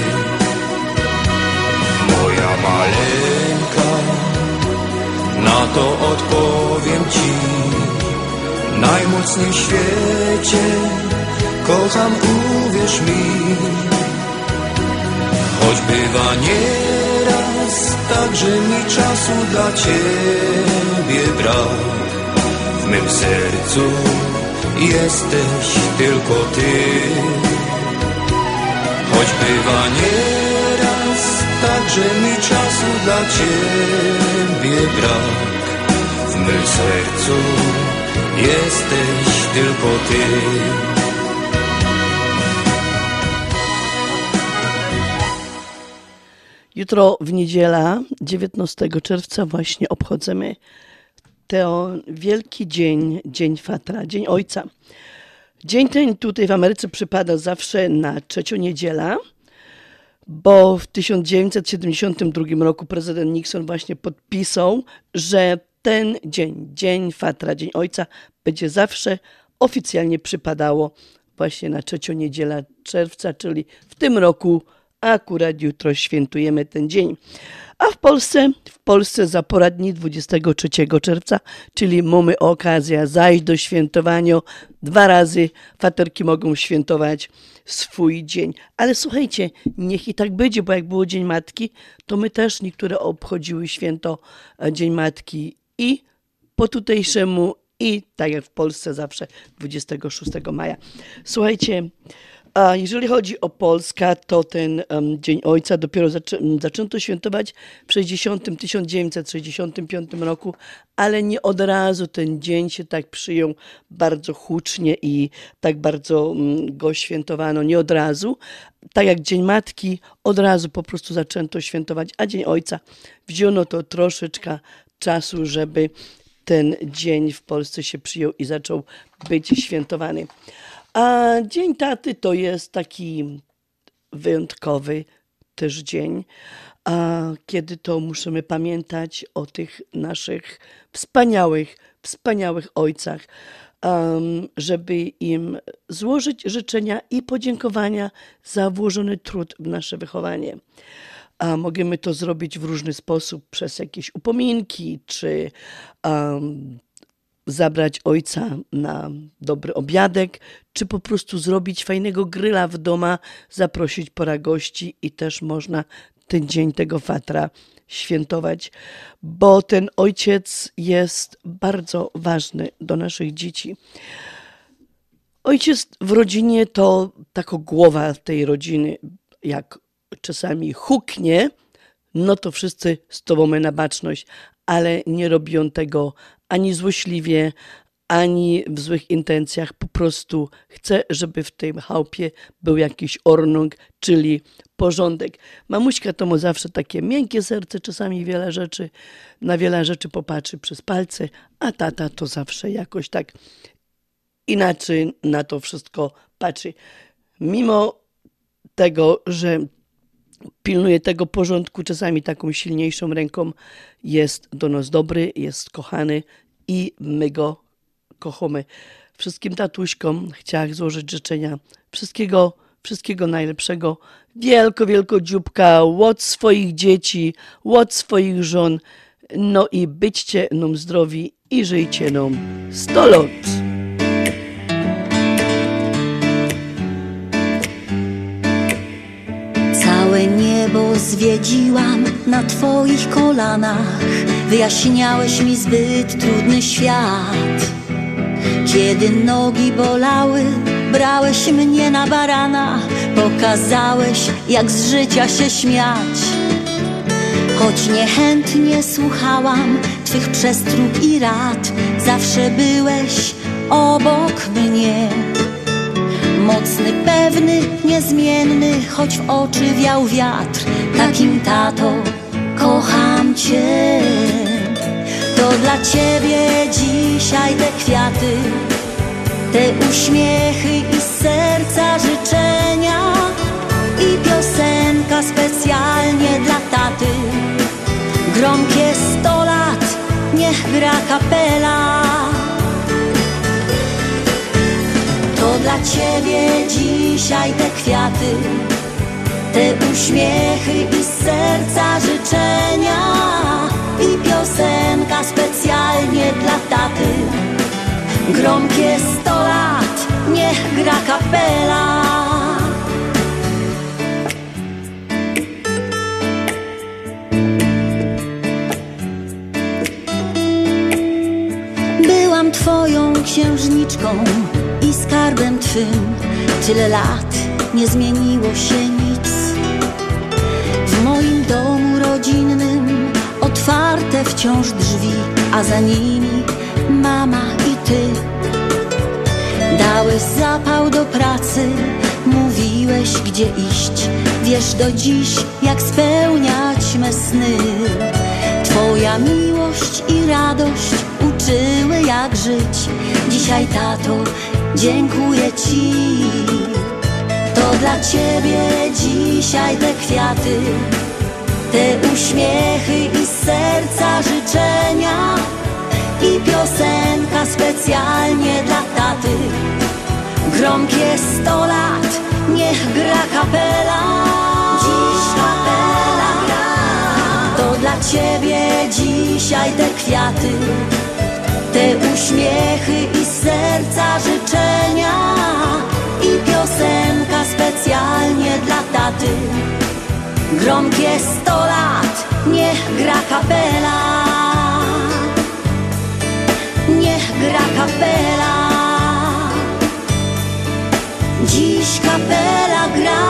Moja maleńka, na to odpowiem ci najmocniej w świecie. Kocham, uwierz mi. Choć bywa nieraz tak, że mi czasu dla ciebie brak, w mym sercu jesteś tylko ty. Choć bywa nieraz tak, że mi czasu dla ciebie brak, w mym sercu jesteś tylko ty. Jutro w niedziela, dziewiętnastego czerwca, właśnie obchodzimy ten wielki dzień, Dzień Fatra, Dzień Ojca. Dzień ten tutaj w Ameryce przypada zawsze na trzecią niedzielę, bo w tysiąc dziewięćset siedemdziesiątym drugim roku prezydent Nixon właśnie podpisał, że ten dzień, Dzień Fatra, Dzień Ojca, będzie zawsze oficjalnie przypadało właśnie na trzecią niedzielę czerwca, czyli w tym roku akurat jutro świętujemy ten dzień. A w Polsce, w Polsce za pora dni dwudziestego trzeciego czerwca, czyli mamy okazję zajść do świętowania. Dwa razy faterki mogą świętować swój dzień. Ale słuchajcie, niech i tak będzie, bo jak było Dzień Matki, to my też niektóre obchodziły święto Dzień Matki i po tutejszemu, i tak jak w Polsce zawsze dwudziestego szóstego maja. Słuchajcie, a jeżeli chodzi o Polskę, to ten um, Dzień Ojca dopiero zaczę, zaczęto świętować w tysiąc dziewięćset sześćdziesiątym piątym roku, ale nie od razu ten dzień się tak przyjął bardzo hucznie i tak bardzo um, go świętowano, nie od razu. Tak jak Dzień Matki, od razu po prostu zaczęto świętować, a Dzień Ojca wzięło to troszeczkę czasu, żeby ten dzień w Polsce się przyjął i zaczął być świętowany. A Dzień Taty to jest taki wyjątkowy też dzień, a kiedy to musimy pamiętać o tych naszych wspaniałych, wspaniałych ojcach, um, żeby im złożyć życzenia i podziękowania za włożony trud w nasze wychowanie. A możemy to zrobić w różny sposób, przez jakieś upominki, czy um, zabrać ojca na dobry obiadek, czy po prostu zrobić fajnego gryla w domu, zaprosić pora gości i też można ten dzień tego Fatra świętować, bo ten ojciec jest bardzo ważny do naszych dzieci. Ojciec w rodzinie to taka głowa tej rodziny, jak czasami huknie, no to wszyscy z tobą my na baczność, ale nie robią tego ani złośliwie, ani w złych intencjach. Po prostu chcę, żeby w tej chałupie był jakiś ornung, czyli porządek. Mamuśka to ma zawsze takie miękkie serce, czasami wiele rzeczy, na wiele rzeczy popatrzy przez palce, a tata to zawsze jakoś tak inaczej na to wszystko patrzy. Mimo tego, że pilnuje tego porządku, czasami taką silniejszą ręką, jest do nas dobry, jest kochany i my go kochamy. wszystkim tatuśkom chciałam złożyć życzenia wszystkiego, wszystkiego najlepszego. Wielko, wielko dzióbka od swoich dzieci, od swoich żon. No i byćcie nam zdrowi i żyjcie nam sto lat. Całe niebo zwiedziłam na twoich kolanach. Wyjaśniałeś mi zbyt trudny świat. Kiedy nogi bolały, brałeś mnie na barana. Pokazałeś, jak z życia się śmiać. Choć niechętnie słuchałam twych przestróg i rad, zawsze byłeś obok mnie. Mocny, pewny, niezmienny, choć w oczy wiał wiatr. Takim tato, kocham cię. To dla ciebie dzisiaj te kwiaty, te uśmiechy i z serca życzenia. I piosenka specjalnie dla taty. Gromkie sto lat, niech gra kapela. To dla ciebie dzisiaj te kwiaty, te uśmiechy i z serca życzenia. I piosenka specjalnie dla taty. Gromkie sto lat, niech gra kapela. Byłam twoją księżniczką i skarbem twym. Tyle lat, nie zmieniło się nic. W moim domu rodzinnym otwarte wciąż drzwi, a za nimi mama i ty. Dałeś zapał do pracy, mówiłeś gdzie iść. Wiesz do dziś, jak spełniać me sny. Twoja miłość i radość uczyły jak żyć. Dzisiaj tato, dziękuję ci. To dla ciebie dzisiaj te kwiaty, te uśmiechy i z serca życzenia. I piosenka specjalnie dla taty. Gromkie sto lat, niech gra kapela. Dziś kapela gra. To dla ciebie dzisiaj te kwiaty, te uśmiechy i z serca życzenia. I piosenka specjalnie dla taty. Gromkie sto lat, niech gra kapela. Niech gra kapela. Dziś kapela gra.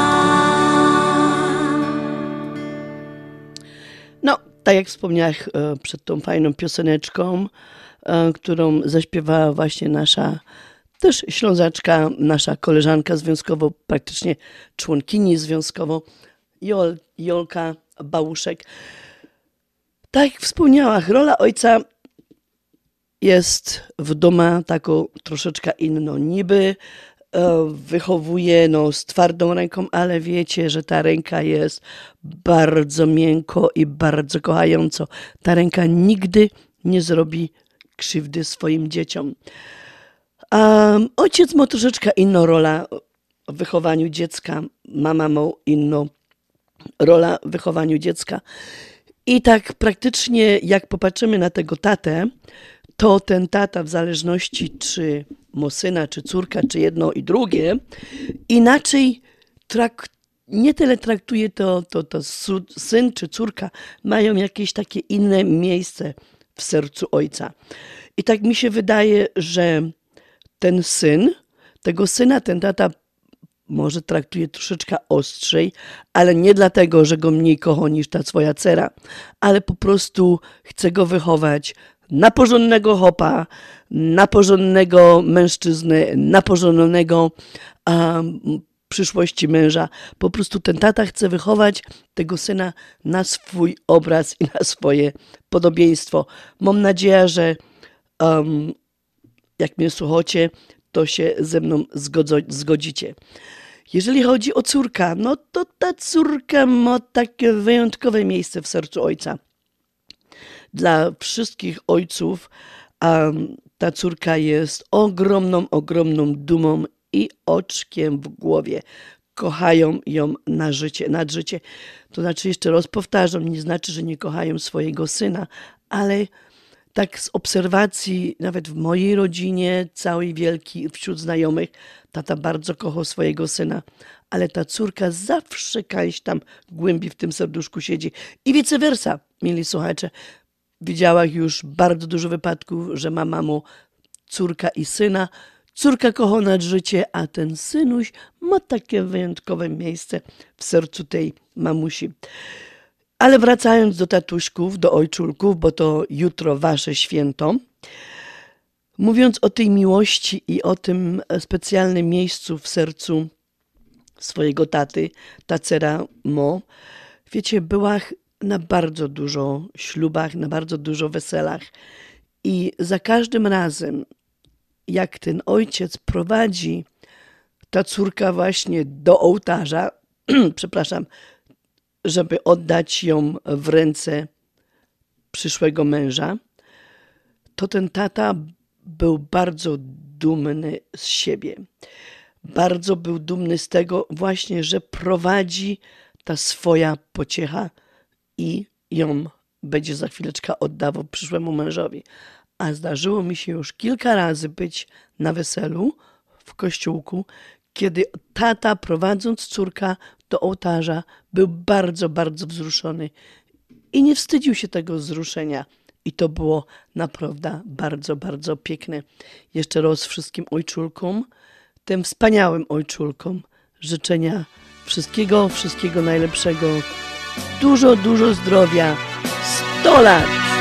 No, tak jak wspomniałam e, przed tą fajną pioseneczką, e, którą zaśpiewała właśnie nasza też Ślązaczka, nasza koleżanka związkowo, praktycznie członkini związkowo, Jol, Jolka Bałuszek. Tak jak wspomniała, rola ojca jest w domu taką troszeczkę inną. Niby e, wychowuje no, z twardą ręką, ale wiecie, że ta ręka jest bardzo miękko i bardzo kochająco. Ta ręka nigdy nie zrobi krzywdy swoim dzieciom. Um, ojciec ma troszeczkę inną rolę w wychowaniu dziecka. Mama ma inną rolę w wychowaniu dziecka. I tak praktycznie jak popatrzymy na tego tatę, to ten tata w zależności czy ma syna, czy córka, czy jedno i drugie, inaczej trak, nie tyle traktuje to, to, to syn czy córka, mają jakieś takie inne miejsce w sercu ojca. I tak mi się wydaje, że ten syn, tego syna ten tata może traktuje troszeczkę ostrzej, ale nie dlatego, że go mniej kocha niż ta swoja dcera, ale po prostu chce go wychować na porządnego chłopa, na porządnego mężczyznę, na porządnego um, przyszłości męża. Po prostu ten tata chce wychować tego syna na swój obraz i na swoje podobieństwo. Mam nadzieję, że um, jak mnie słuchacie, to się ze mną zgodzo, zgodzicie. Jeżeli chodzi o córkę, no to ta córka ma takie wyjątkowe miejsce w sercu ojca. Dla wszystkich ojców um, ta córka jest ogromną, ogromną dumą i oczkiem w głowie. Kochają ją na życie, nad życie. To znaczy, jeszcze raz powtarzam, nie znaczy, że nie kochają swojego syna, ale tak z obserwacji, nawet w mojej rodzinie, całej wielkiej, wśród znajomych, tata bardzo kochał swojego syna, ale ta córka zawsze jakaś tam głębiej w tym serduszku siedzi. I vice versa, mili słuchacze. Widziałam już bardzo dużo wypadków, że ma mamo córka i syna. Córka kocha nad życie, a ten synuś ma takie wyjątkowe miejsce w sercu tej mamusi. Ale wracając do tatuśków, do ojczulków, bo to jutro wasze święto. Mówiąc o tej miłości i o tym specjalnym miejscu w sercu swojego taty, tacera Mo, wiecie, była na bardzo dużo ślubach, na bardzo dużo weselach i za każdym razem, jak ten ojciec prowadzi ta córka właśnie do ołtarza, przepraszam, żeby oddać ją w ręce przyszłego męża, to ten tata był bardzo dumny z siebie. Bardzo był dumny z tego właśnie, że prowadzi ta swoja pociecha i ją będzie za chwileczkę oddawał przyszłemu mężowi. A zdarzyło mi się już kilka razy być na weselu w kościółku, kiedy tata, prowadząc córka do ołtarza, był bardzo, bardzo wzruszony i nie wstydził się tego wzruszenia. I to było naprawdę bardzo, bardzo piękne. Jeszcze raz wszystkim ojczulkom, tym wspaniałym ojczulkom, życzenia wszystkiego, wszystkiego najlepszego. Dużo, dużo zdrowia. sto lat!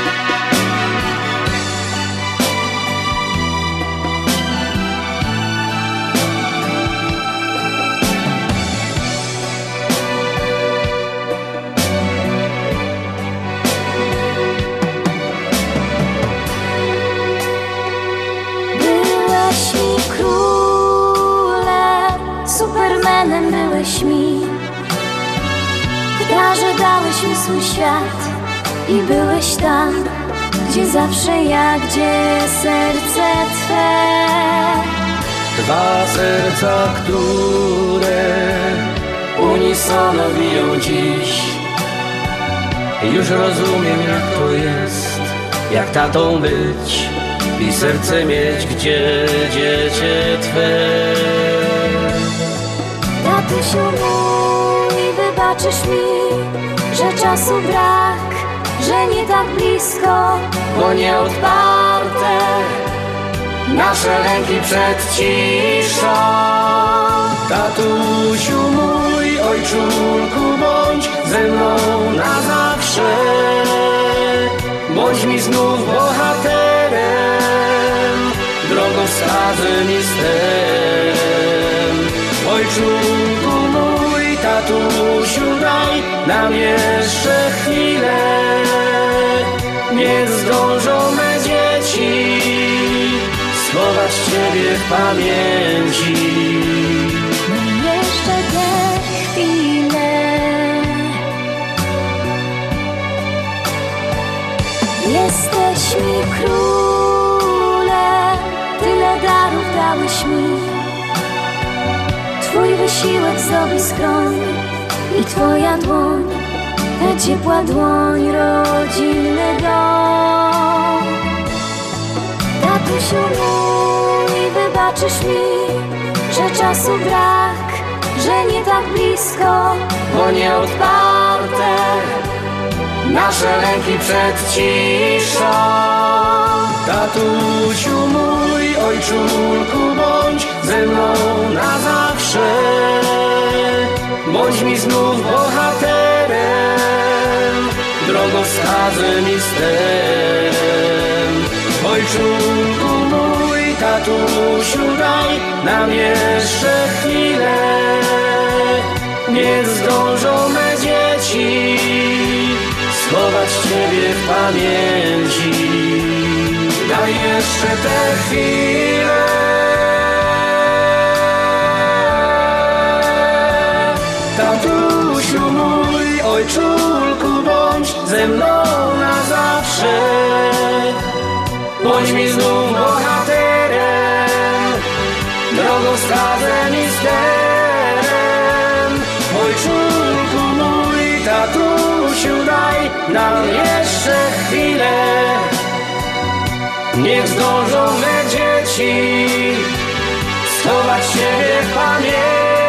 Byłeś mi królem, supermanem byłeś mi. W darze dałeś mi swój świat i byłeś tam, gdzie zawsze ja, gdzie serce Twe. Dwa serca, które unisono biją dziś. Już rozumiem, jak to jest, jak tatą być i serce mieć, gdzie dziecię Twe. Tatusiu mój, wybaczysz mi, że czasu brak, że nie tak blisko, bo nieodparte nasze ręki przed ciszą. Tatusiu mój, ojczulku, bądź ze mną na zawsze. Bądź mi znów bohaterem, drogowskazem i sterem. Ojczulku mój, tatusiu, daj nam jeszcze chwilę. Niech zdążą me dzieci schować Ciebie w pamięci. No jeszcze te chwile. Jesteś mi królem, tyle darów dałeś mi. Twój wysiłek zdobi skroń i Twoja dłoń, ta ciepła dłoń, rodzinny dom. Tatusiu mój, wybaczysz mi, że czasu brak, że nie tak blisko, bo nieodparte nasze ręki przed ciszą. Tatusiu mój, ojczulku, bądź ze mną na zawsze. Bądź mi znów bohaterem, drogowskazem i sterem. Ojczulku mój, tatusiu, daj nam jeszcze chwilę. Niech zdążą me dzieci schować Ciebie w pamięci. Daj jeszcze tę chwilę. Tatusiu mój, ojczulku, bądź ze mną na zawsze. bądź mi znów bohaterem, drogą wskazem i sterem. Ojczulku mój, tatusiu, daj nam jeszcze chwilę, niech zdążą me dzieci schować siebie w pamięci.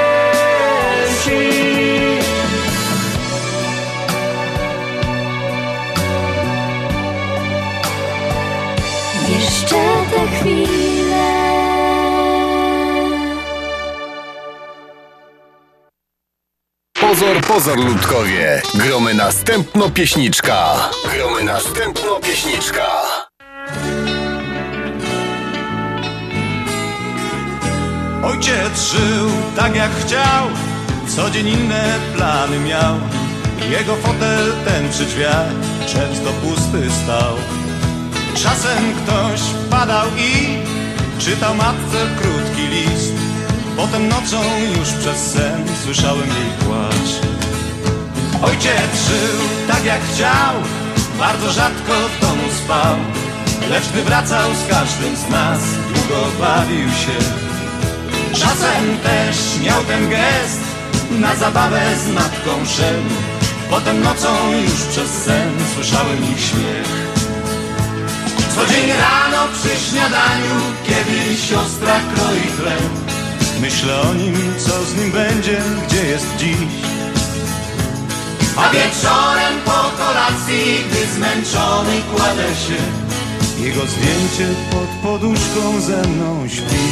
Jeszcze te chwile. Pozor, pozor, ludkowie! Gromy następno pieśniczka! Gromy następno pieśniczka! Ojciec żył tak jak chciał, co dzień inne plany miał. Jego fotel ten przy drzwiach często pusty stał. Czasem ktoś padał i czytał matce krótki list. Potem nocą już przez sen słyszałem jej płacz. Ojciec żył tak jak chciał, bardzo rzadko w domu spał, lecz gdy wracał z każdym z nas, długo bawił się. Czasem też miał ten gest, na zabawę z matką szedł. Potem nocą już przez sen słyszałem ich śmiech. Co dzień rano przy śniadaniu, kiedy siostra kroi chleb, myślę o nim, co z nim będzie, gdzie jest dziś. A wieczorem po kolacji, gdy zmęczony kładę się, jego zdjęcie pod poduszką ze mną śpi.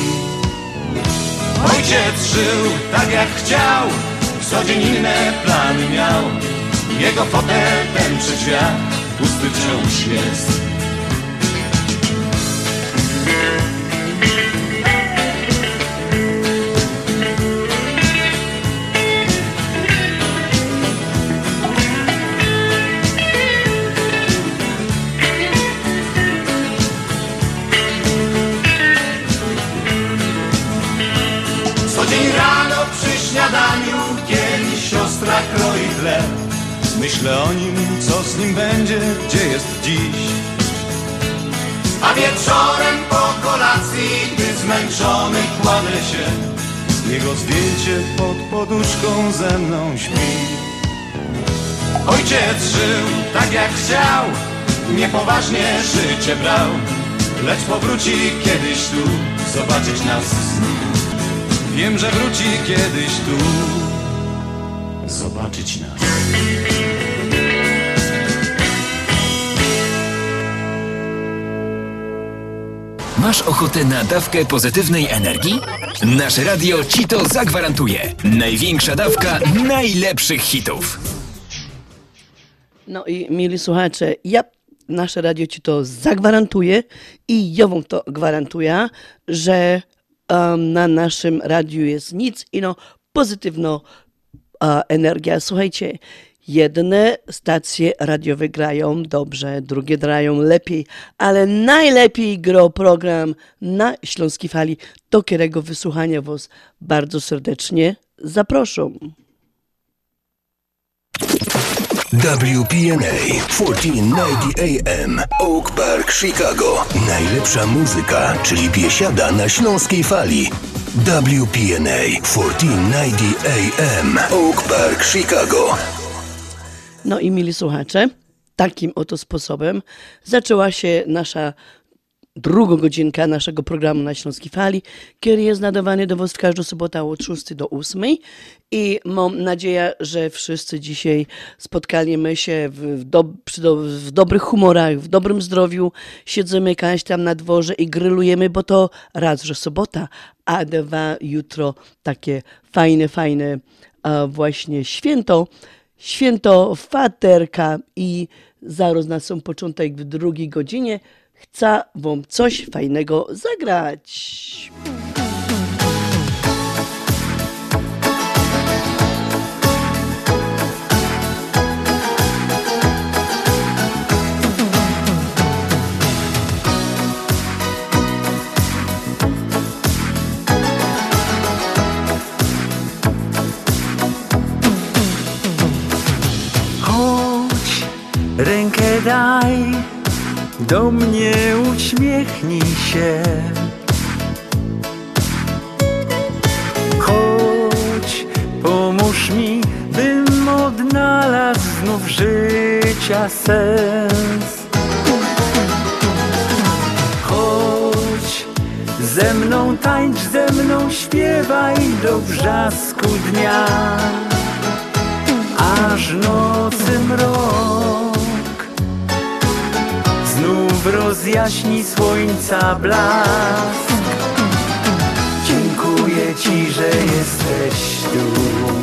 Ojciec żył tak jak chciał, co dzień inne plany miał. Jego fotel ten przy drzwiach pusty wciąż jest. Co dzień rano przy śniadaniu, kiedy siostra kroi chleb, myślę o nim, co z nim będzie, gdzie jest dziś. A wieczorem po kolacji, gdy zmęczony kładę się, jego zdjęcie pod poduszką ze mną śpi. Ojciec żył tak jak chciał, niepoważnie życie brał, lecz powróci kiedyś tu zobaczyć nas znów. Wiem, że wróci kiedyś tu zobaczyć nas. Masz ochotę na dawkę pozytywnej energii? Nasze radio ci to zagwarantuje. Największa dawka najlepszych hitów. No i mili słuchacze, ja, nasze radio ci to zagwarantuje i ja wam to gwarantuję, że um, na naszym radiu jest nic ino pozytywno uh, energia. Słuchajcie, jedne stacje radiowe grają dobrze, drugie grają lepiej, ale najlepiej gra program na Śląskiej Fali, do którego wysłuchania was bardzo serdecznie zapraszam. W P N A czternaście dziewięćdziesiąt A M Oak Park, Chicago. Najlepsza muzyka, czyli biesiada na Śląskiej Fali. W P N A czternaście dziewięćdziesiąt A M Oak Park, Chicago. No i mili słuchacze, takim oto sposobem zaczęła się nasza druga godzinka naszego programu na Śląskiej Fali, który jest nadawany do was każdą sobotę od szóstej do ósmej i mam nadzieję, że wszyscy dzisiaj spotkaliśmy się w, do, przy do, w dobrych humorach, w dobrym zdrowiu, siedzimy kaś tam na dworze i grillujemy, bo to raz, że sobota, a dwa jutro takie fajne, fajne a właśnie święto, święto Faterka i zaraz na sam początek w drugiej godzinie chcę wam coś fajnego zagrać. Chodź, rękę daj, do mnie uśmiechnij się. Chodź, pomóż mi, bym odnalazł znów życia sens. Chodź, ze mną tańcz, ze mną śpiewaj do brzasku dnia, aż nocy mrok znów rozjaśni słońca blask. Dziękuję Ci, że jesteś tu.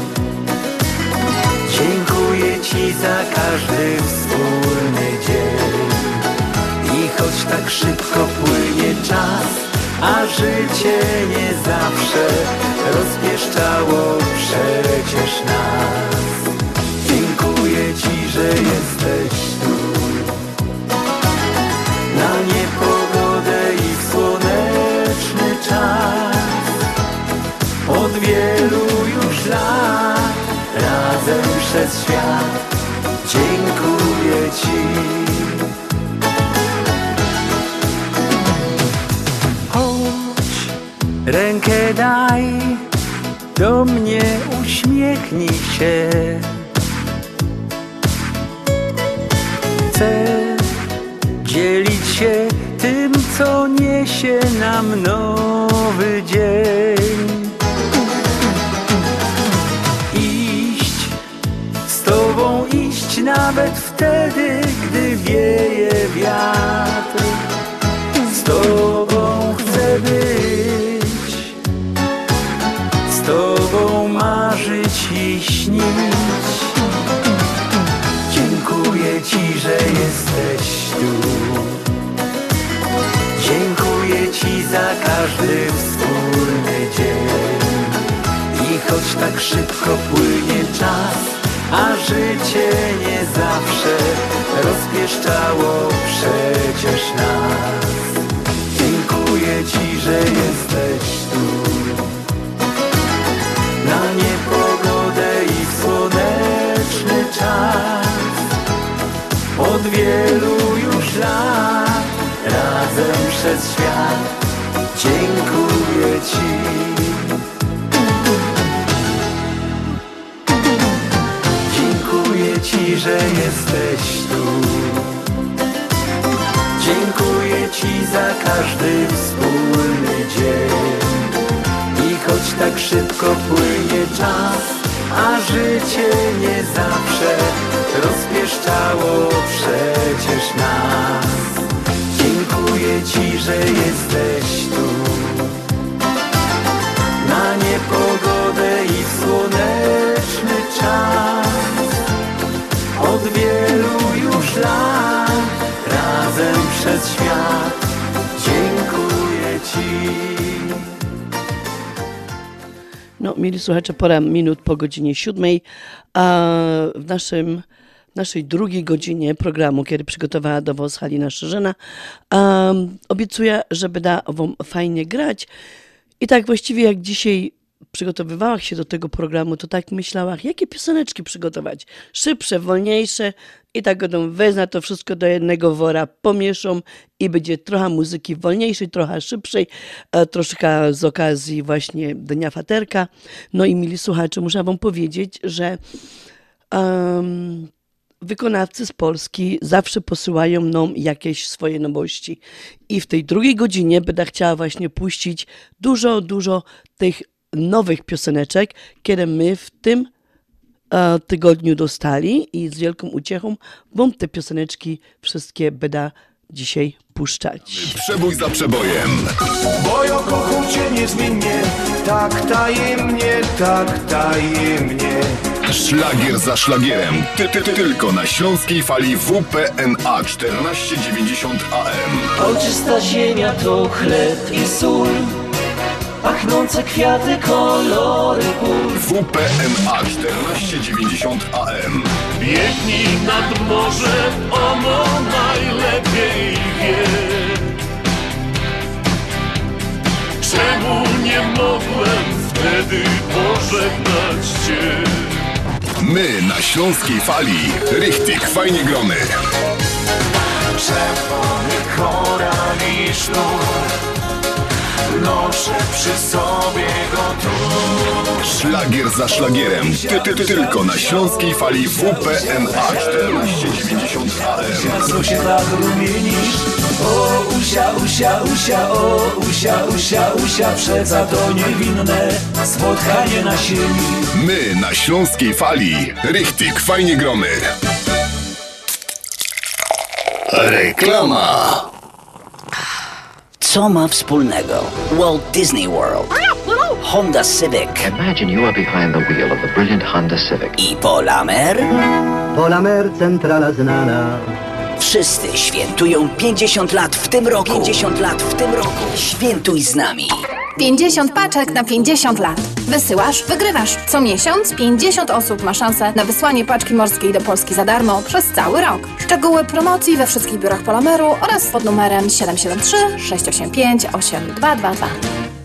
Dziękuję Ci za każdy wspólny dzień. I choć tak szybko płynie czas, a życie nie zawsze rozpieszczało przecież nas. Dziękuję Ci, że jesteś tu. Na niepogodę i słoneczny czas. Od wielu już lat razem przez świat. Dziękuję Ci. Chodź, rękę daj, do mnie uśmiechnij się. Chcę dzielić się tym, co niesie nam nowy dzień. Iść z Tobą, iść nawet wtedy, gdy wieje wiatr. Z Tobą chcę być, z Tobą marzyć i śnić. Dziękuję Ci, że jesteś tu. Dziękuję Ci za każdy wspólny dzień. I choć tak szybko płynie czas, a życie nie zawsze rozpieszczało przecież nas. Dziękuję Ci, że jesteś tu. Na niepogodę i słoneczny czas. Od wielu już lat razem przez świat. Dziękuję Ci. Dziękuję Ci, że jesteś tu. Dziękuję Ci za każdy wspólny dzień. I choć tak szybko płynie czas, a życie nie zawsze rozpieszczało przecież nas. Dziękuję Ci, że jesteś tu. Na niepogodę i słoneczny czas. Od wielu już lat razem przez świat. Dziękuję Ci. No, mieli słuchacze, pora minut po godzinie siódmej, a w naszym, naszej drugiej godzinie programu, kiedy przygotowała do was Halina Szerzyna, um, obiecuję, że będę wam fajnie grać. I tak właściwie jak dzisiaj przygotowywała się do tego programu, to tak myślała, jakie pioseneczki przygotować. Szybsze, wolniejsze i tak będą wezmę to wszystko do jednego wora, pomieszą i będzie trochę muzyki wolniejszej, trochę szybszej, e, troszkę z okazji właśnie Dnia Faterka. No i mili słuchacze, muszę wam powiedzieć, że um, wykonawcy z Polski zawsze posyłają nam jakieś swoje nowości. I w tej drugiej godzinie będę chciała właśnie puścić dużo, dużo tych nowych pioseneczek, które my w tym e, tygodniu dostali i z wielką uciechą wam te pioseneczki wszystkie będę dzisiaj puszczać. Przebój za przebojem. Bo ja kocham Cię niezmiennie, tak tajemnie, tak tajemnie. Szlagier za szlagierem. Ty, ty, ty, tylko na śląskiej fali W P N A czternaście dziewięćdziesiąt A M. Ojczysta ziemia to chleb i sól, pachnące kwiaty, kolory pól. W P N A czternaście dziewięćdziesiąt A M. Biegnij nad morze, ono najlepiej wie. Czemu nie mogłem wtedy pożegnać Cię? My na śląskiej fali. Richtig fajnie grony. Czerwony sznur, noszę przy sobie go tu. Szlagier za szlagierem, ty, ty, tylko na śląskiej fali W P M A czternaście dziewięćdziesiąt A M. Co się tak rumienisz? O usia, usia, usia, o usia, usia, usia, przeca to niewinne spotkanie na sieni. My na śląskiej fali, richtig fajnie gromy. Reklama. Co ma wspólnego Walt Disney World, Honda Civic, Imagine you are behind the wheel of the brilliant Honda Civic, i Polamer? Polamer, centrala znana. Wszyscy świętują pięćdziesiąt lat w tym roku. pięćdziesiąt lat w tym roku. Świętuj z nami. pięćdziesiąt paczek na pięćdziesiąt lat. Wysyłasz, wygrywasz. Co miesiąc pięćdziesiąt osób ma szansę na wysłanie paczki morskiej do Polski za darmo przez cały rok. Szczegóły promocji we wszystkich biurach Polameru oraz pod numerem siedem siedem trzy, sześć osiem pięć, osiem dwa dwa dwa.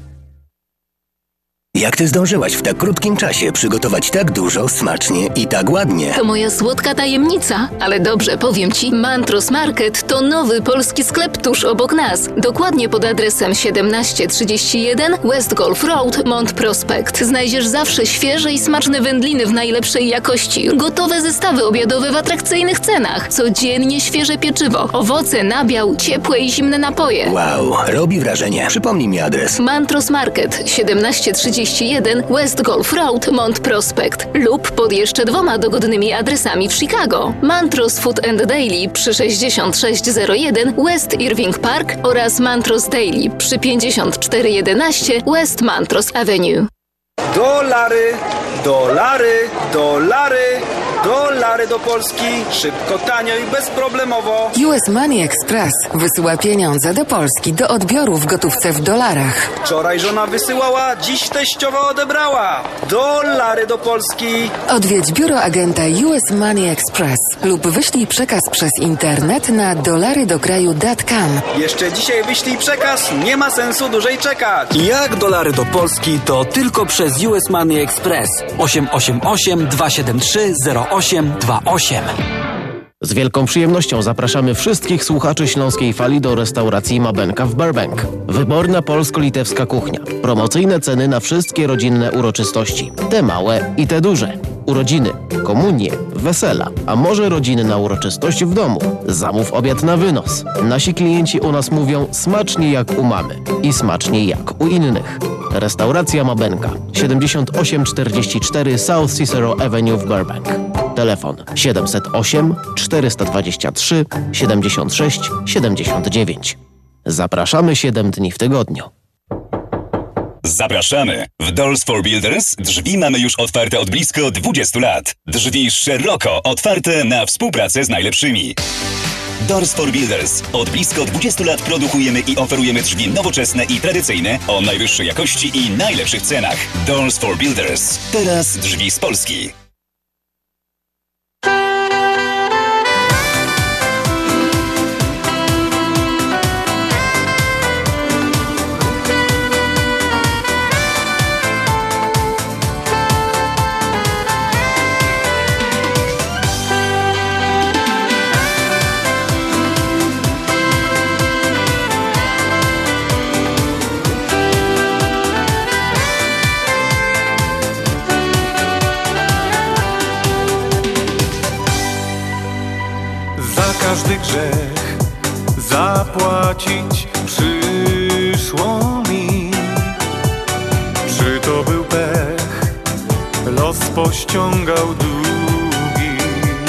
Jak ty zdążyłaś w tak krótkim czasie przygotować tak dużo, smacznie i tak ładnie? To moja słodka tajemnica, ale dobrze, powiem ci, Mantros Market to nowy polski sklep tuż obok nas. Dokładnie pod adresem siedemnaście trzydzieści jeden West Golf Road, Mont Prospect. Znajdziesz zawsze świeże i smaczne wędliny w najlepszej jakości, gotowe zestawy obiadowe w atrakcyjnych cenach, codziennie świeże pieczywo, owoce, nabiał, ciepłe i zimne napoje. Wow, robi wrażenie. Przypomnij mi adres. Mantros Market, siedemnaście trzydzieści jeden West Golf Road, Mont Prospect lub pod jeszcze dwoma dogodnymi adresami w Chicago. Mantros Food and Daily przy sześćdziesiąt sześć zero jeden West Irving Park oraz Mantros Daily przy pięćdziesiąt cztery jedenaście West Mantros Avenue. Dolary, dolary, dolary, dolary do Polski. Szybko, tanio i bezproblemowo. U S Money Express wysyła pieniądze do Polski do odbioru w gotówce w dolarach. Wczoraj żona wysyłała, dziś teściowa odebrała. Dolary do Polski. Odwiedź biuro agenta U S Money Express lub wyślij przekaz przez internet na dolarydokraju kropka com. Jeszcze dzisiaj wyślij przekaz, nie ma sensu dłużej czekać. Jak dolary do Polski, to tylko przez U S Money Express. osiem osiem osiem, dwa siedem trzy, zero osiem dwa osiem. Z wielką przyjemnością zapraszamy wszystkich słuchaczy Śląskiej Fali do restauracji Mabenka w Burbank. Wyborna polsko-litewska kuchnia. Promocyjne ceny na wszystkie rodzinne uroczystości. Te małe i te duże. Urodziny, komunie, wesela, a może rodzinna uroczystość w domu. Zamów obiad na wynos. Nasi klienci u nas mówią smacznie jak u mamy i smacznie jak u innych. Restauracja Mabenka, siedemdziesiąt osiem czterdzieści cztery South Cicero Avenue w Burbank. Telefon siedem zero osiem, czterysta dwadzieścia trzy, siedemdziesiąt sześć, siedemdziesiąt dziewięć. Zapraszamy siedem dni w tygodniu. Zapraszamy! W Doors for Builders drzwi mamy już otwarte od blisko dwudziestu lat. Drzwi szeroko otwarte na współpracę z najlepszymi. Doors for Builders. Od blisko dwudziestu lat produkujemy i oferujemy drzwi nowoczesne i tradycyjne o najwyższej jakości i najlepszych cenach. Doors for Builders. Teraz drzwi z Polski. Każdy grzech zapłacić przyszło mi. Czy to był pech, los pościągał długi.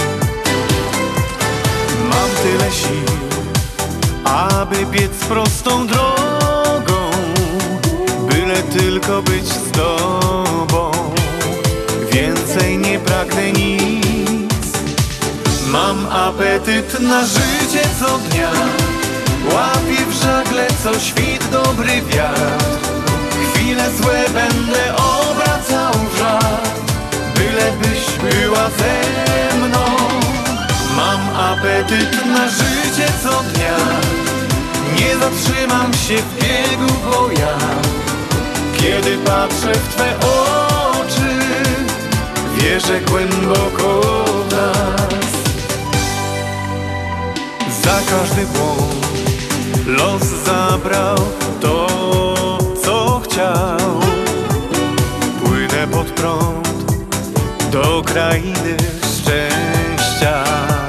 Mam tyle sił, aby biec prostą drogą, byle tylko być z tobą. Więcej nie pragnę nic. Mam apetyt na życie co dnia, łapię w żagle co świt dobry wiatr. Chwile złe będę obracał w żart, byle byś była ze mną. Mam apetyt na życie co dnia, nie zatrzymam się w biegu, bo ja, kiedy patrzę w twe oczy, wierzę głęboko w nas. Za każdy błąd Los zabrał to, co chciał. Płynę pod prąd do krainy szczęścia.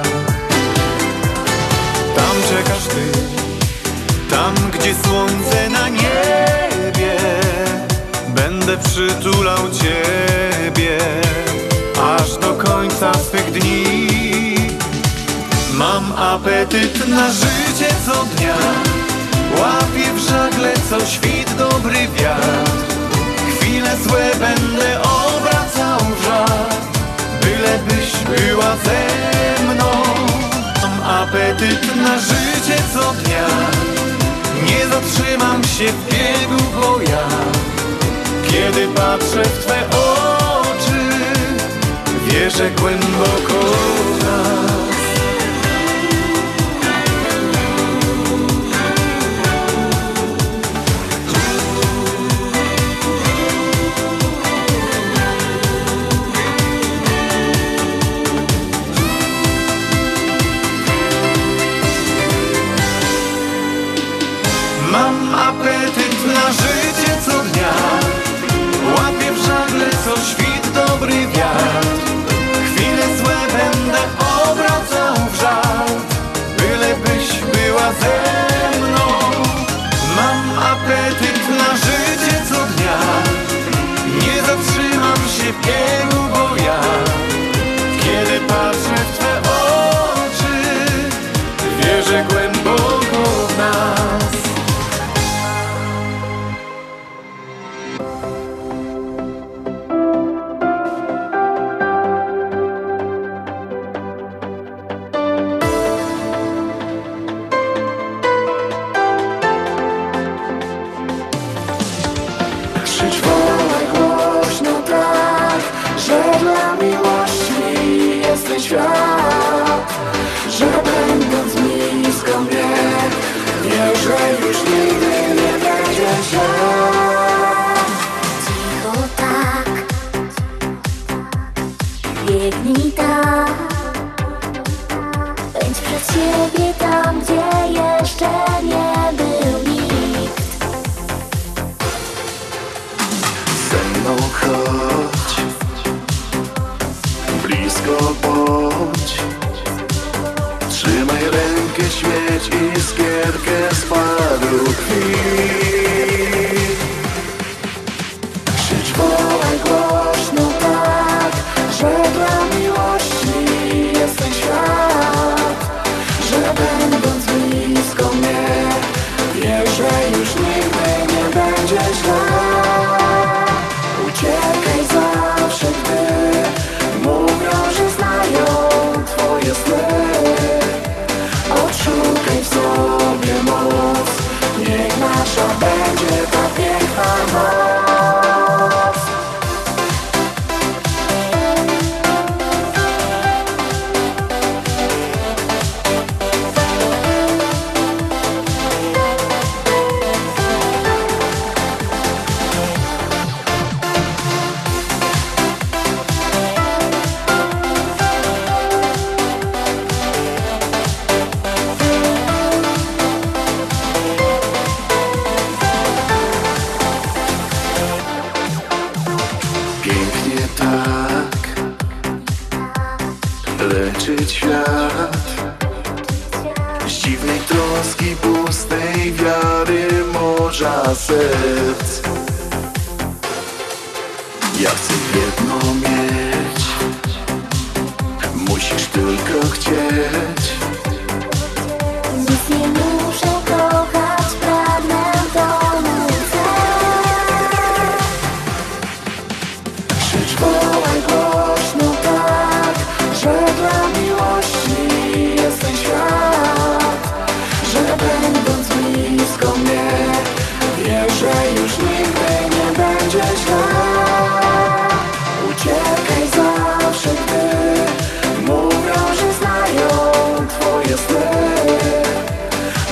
Tam czekasz ty, tam gdzie słońce na niebie. Będę przytulał ciebie aż do końca swych dni. Mam apetyt na życie co dnia. Łapię w żagle co świt dobry wiatr. Chwile złe będę obracał w żart, bylebyś była ze mną. Mam apetyt na życie co dnia. Nie zatrzymam się w biegu, bo ja, kiedy patrzę w twe oczy, wierzę głęboko w nas. Mam apetyt na życie co dnia. Łapię w żagle co świt dobry wiatr. Chwile złe będę obracał w żart, bylebyś była ze mną. Mam apetyt na życie co dnia. Nie zatrzymam się w biegu, bo ja, kiedy patrzę w twe oczy, wierzę głęboko w nas. Świat, że będąc blisko mnie, wiesz, że już nigdy nie będzie źle. Cicho tak, biegnij tak, pędź przed siebie tam, gdzie jeszcze nie był nikt. Ze mną chodź, blisko bądź, trzymaj rękę, świeć iskierkę z paru krwi. Krzycz, wołaj głośno tak, że dla miłości jest ten świat, że będąc blisko mnie, wiesz, że już nigdy nie będzie źle. Uciekaj zawsze, gdy mówią, że znają twoje sny. Odszukaj w sobie moc, niech nasza będzie ta piękna noc. Pięknie tak leczyć świat z dziwnej troski, pustej wiary, morza serc. Ja chcę jedno mieć, musisz tylko chcieć. Nic nie muszę kochać, pragnę domu chcę. Krzycz, wołaj głośno tak, że dla miłości jest ten świat, że będąc blisko mnie, wiesz, że już nigdy nie będzie źle. Uciekaj zawsze, gdy mówią, że znają twoje sny.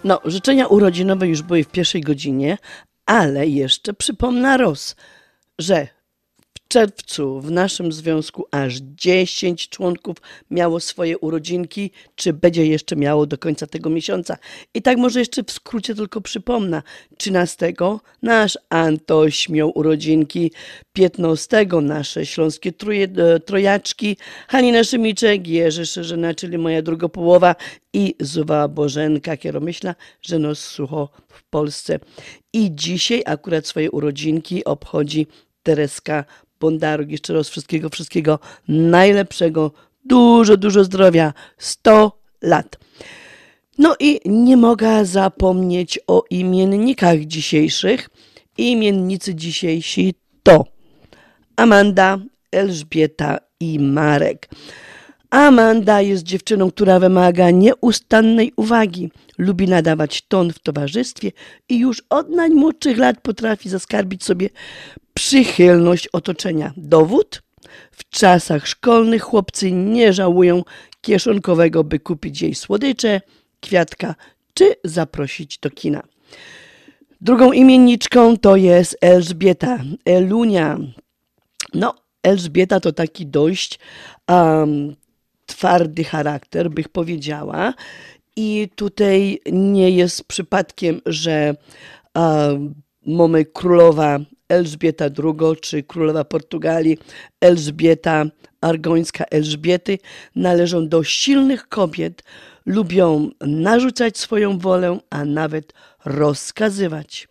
No, życzenia urodzinowe już były w pierwszej godzinie, ale jeszcze przypomnę raz, że w czerwcu w naszym związku aż dziesięć członków miało swoje urodzinki, czy będzie jeszcze miało do końca tego miesiąca. I tak może jeszcze w skrócie tylko przypomnę. trzynastego nasz Antoś miał urodzinki, piętnastego nasze śląskie troje, trojaczki, Halina Szymiczek, Jerzy Szerzyna, czyli moja druga połowa i Zuwa Bożenka, która myślę, że nos sucho w Polsce. I dzisiaj akurat swoje urodzinki obchodzi Tereska Bondaruk. Jeszcze raz wszystkiego, wszystkiego najlepszego. Dużo, dużo zdrowia. sto lat. No i nie mogę zapomnieć o imiennikach dzisiejszych. Imiennicy dzisiejsi to Amanda, Elżbieta i Marek. Amanda jest dziewczyną, która wymaga nieustannej uwagi. Lubi nadawać ton w towarzystwie i już od najmłodszych lat potrafi zaskarbić sobie przychylność otoczenia. Dowód? W czasach szkolnych chłopcy nie żałują kieszonkowego, by kupić jej słodycze, kwiatka czy zaprosić do kina. Drugą imienniczką to jest Elżbieta, Elunia. No, Elżbieta to taki dość um, twardy charakter, bych powiedziała. I tutaj nie jest przypadkiem, że um, mamy królowa Elżbieta druga, czy królowa Portugalii Elżbieta Argońska Elżbiety należą do silnych kobiet, lubią narzucać swoją wolę, a nawet rozkazywać.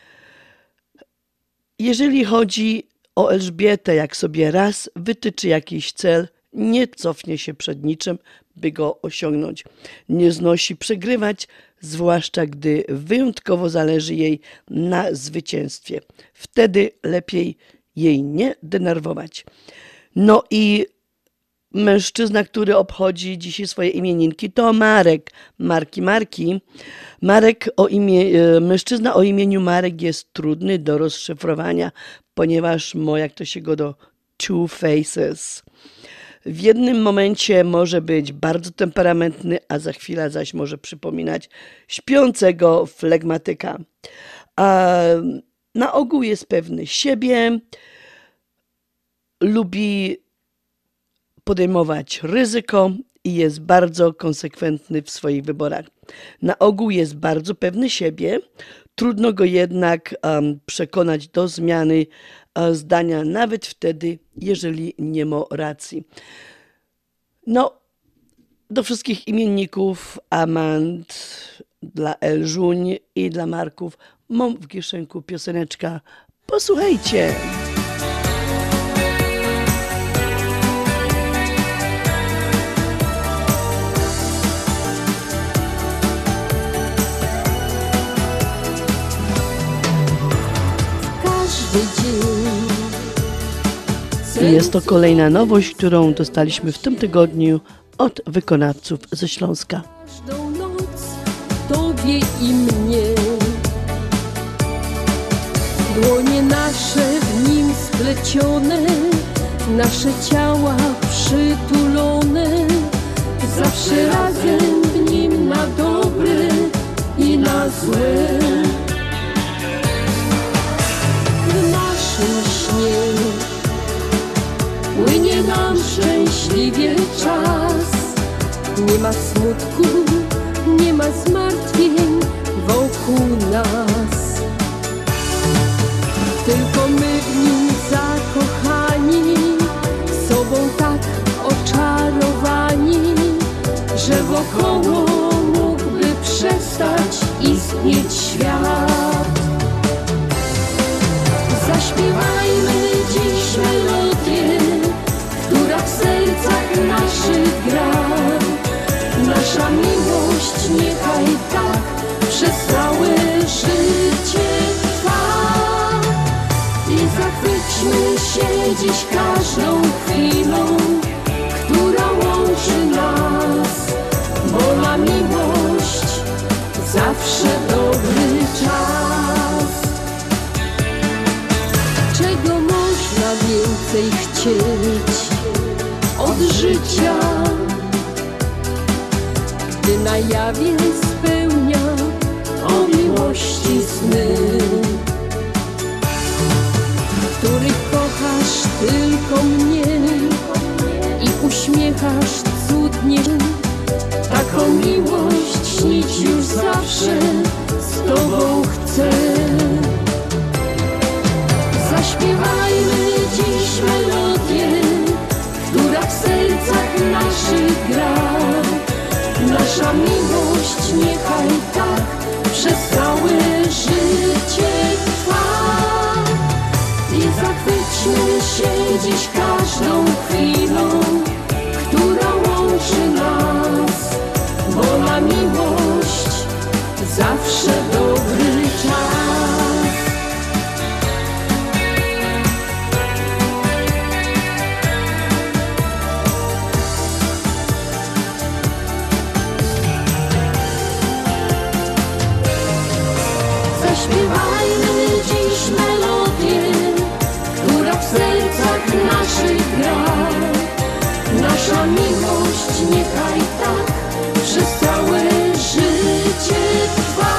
Jeżeli chodzi o Elżbietę, jak sobie raz wytyczy jakiś cel, nie cofnie się przed niczym, by go osiągnąć. Nie znosi przegrywać, zwłaszcza gdy wyjątkowo zależy jej na zwycięstwie. Wtedy lepiej jej nie denerwować. No i mężczyzna, który obchodzi dzisiaj swoje imieninki, to Marek. Marki, Marki. Marek o imię, mężczyzna o imieniu Marek jest trudny do rozszyfrowania, ponieważ ma, jak to się go do two faces. W jednym momencie może być bardzo temperamentny, a za chwilę zaś może przypominać śpiącego flegmatyka. A na ogół jest pewny siebie, lubi podejmować ryzyko i jest bardzo konsekwentny w swoich wyborach. Na ogół jest bardzo pewny siebie, trudno go jednak um, przekonać do zmiany um, zdania, nawet wtedy, jeżeli nie ma racji. No, do wszystkich imienników Amand, dla Elżuń i dla Marków mam w kieszonku pioseneczka. Posłuchajcie. Jest to kolejna nowość, którą dostaliśmy w tym tygodniu od wykonawców ze Śląska. Każdą noc Tobie i mnie, dłonie nasze w nim splecione, nasze ciała przytulone, zawsze razem w nim na dobre i na złe. W naszym śnie płynie nam szczęśliwie czas. Nie ma smutku, nie ma zmartwień wokół nas. Tylko my w nim zakochani, sobą tak oczarowani, że wokoło mógłby przestać istnieć świat. Zaśpiewajmy dziś melodię, która w sercach naszych gra. Nasza miłość niechaj tak przez całe życie trwa. I zachwyćmy się dziś każdą chwilą, która łączy nas, bo na miłość zawsze dobry czas. Czego można więcej chcieć od życia, gdy na jawie spełnia tylko mnie i uśmiechasz cudnie. Taką miłość śnić już zawsze z Tobą chcę. Zaśpiewajmy dziś melodię, która w sercach naszych gra. Nasza miłość niechaj tak przez całe życie trwa. I zachwyćmy się dziś każdą chwilą, która łączy nas, bo na miłość zawsze dobry czas. Zaśpiewajmy dziś melodię, która w sercach naszych gra. Nasza miłość niechaj tak przez całe życie trwa.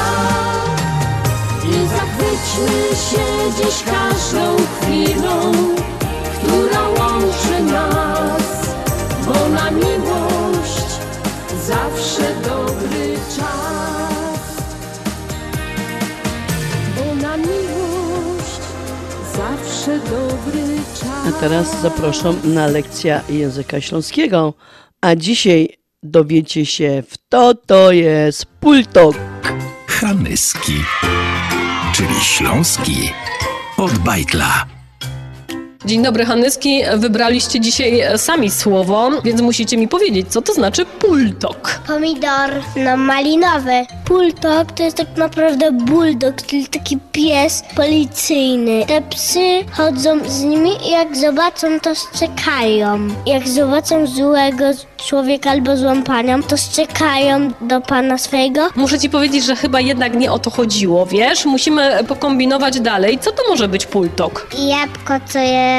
I zachwyćmy się dziś każdą chwilą, która łączy nas, bo na miłość zawsze dobry czas. Bo na miłość zawsze dobry czas. A teraz zapraszam na lekcję języka śląskiego. A dzisiaj dowiecie się, w to to jest pultok. Chamyski, czyli śląski od bajtla. Dzień dobry, Hanyski. Wybraliście dzisiaj sami słowo, więc musicie mi powiedzieć, co to znaczy pultok. Pomidor, no malinowy. Pultok to jest tak naprawdę bulldog, czyli taki pies policyjny. Te psy chodzą z nimi i jak zobaczą, to szczekają. Jak zobaczą złego człowieka albo złą panią, to szczekają do pana swojego. Muszę ci powiedzieć, że chyba jednak nie o to chodziło, wiesz? Musimy pokombinować dalej. Co to może być pultok? Jabłko, co jest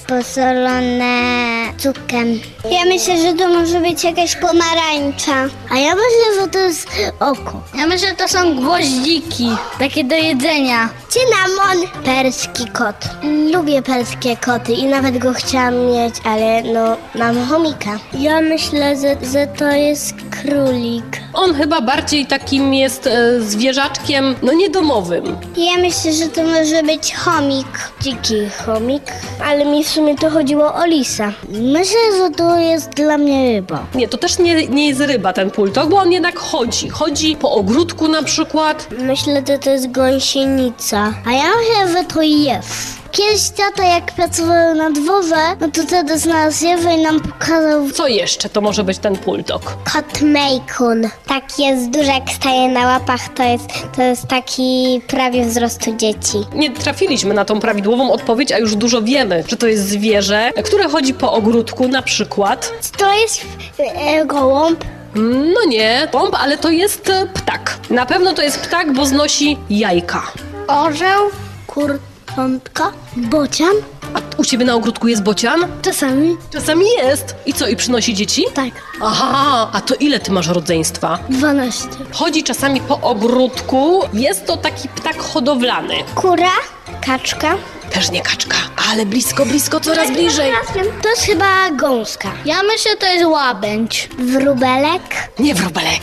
posolone cukrem. Ja myślę, że to może być jakaś pomarańcza. A ja myślę, że to jest oko. Ja myślę, że to są gwoździki, takie do jedzenia. Cynamon. Perski kot. Lubię perskie koty i nawet go chciałam mieć, ale no mam chomika. Ja myślę, że, że to jest królik. On chyba bardziej takim jest e, zwierzaczkiem, no niedomowym. Ja myślę, że to może być chomik. Dziki chomik. Ale mi w sumie to chodziło o lisa. Myślę, że to jest dla mnie ryba. Nie, to też nie, nie jest ryba ten pultok, bo on jednak chodzi. Chodzi po ogródku na przykład. Myślę, że to jest gąsienica. A ja myślę, że to jest. Kiedyś tata, jak pracował na dworze, no to wtedy znalazł jeżę i nam pokazał. Co jeszcze to może być ten pultok? Kot mejkun. Tak jest duży, jak staje na łapach, to jest, to jest taki prawie wzrostu dzieci. Nie trafiliśmy na tą prawidłową odpowiedź, a już dużo wiemy, że to jest zwierzę, które chodzi po ogródku na przykład. To jest e, gołąb. No nie, gołąb, ale to jest ptak. Na pewno to jest ptak, bo znosi jajka. Orzeł, kur... Piątka? Bocian? A u ciebie na ogródku jest bocian? Czasami. Czasami jest. I co, i przynosi dzieci? Tak. Aha, a to ile ty masz rodzeństwa? Dwanaście. Chodzi czasami po ogródku. Jest to taki ptak hodowlany. Kura? Kaczka? Też nie kaczka, ale blisko, blisko, coraz bliżej. To jest chyba gąska. Ja myślę, to jest łabędź. Wróbelek? Nie wróbelek.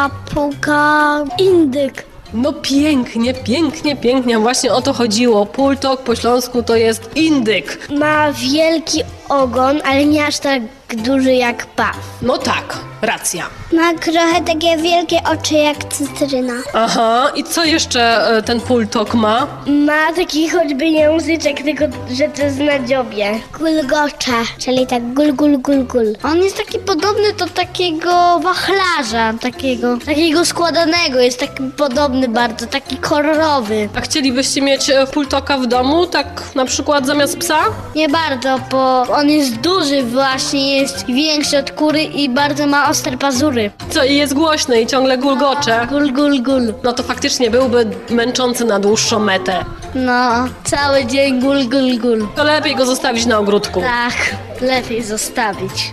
Papuga? Indyk. No pięknie, pięknie, pięknie. Właśnie o to chodziło. Pultok po śląsku to jest indyk. Ma wielki ogon, ale nie aż tak duży jak paw. No tak, racja. Ma trochę takie wielkie oczy jak cytryna. Aha, i co jeszcze ten pultok ma? Ma taki choćby nie języczek, tylko że to jest na dziobie. Gulgocze, czyli tak gul, gul, gul, gul. On jest taki podobny do takiego wachlarza, takiego, takiego składanego. Jest taki podobny bardzo, taki kolorowy. A chcielibyście mieć pultoka w domu, tak na przykład zamiast psa? Nie bardzo, bo on jest duży właśnie, jest większy od kury i bardzo ma ostre pazury. Co, i jest głośny i ciągle gulgocze. Gul, gul, gul. No to faktycznie byłby męczący na dłuższą metę. No, cały dzień gul, gul, gul. To lepiej go zostawić na ogródku. Tak, lepiej zostawić.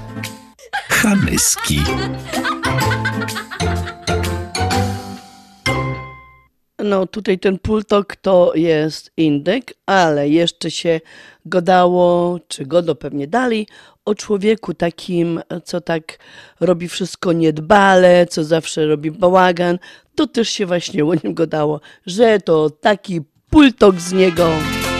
Chamyski. no tutaj ten pultok to jest indyk, ale jeszcze się gadało, czy godo pewnie dalej, o człowieku takim, co tak robi wszystko niedbale, co zawsze robi bałagan. To też się właśnie o nim gadało, że to taki pultok z niego.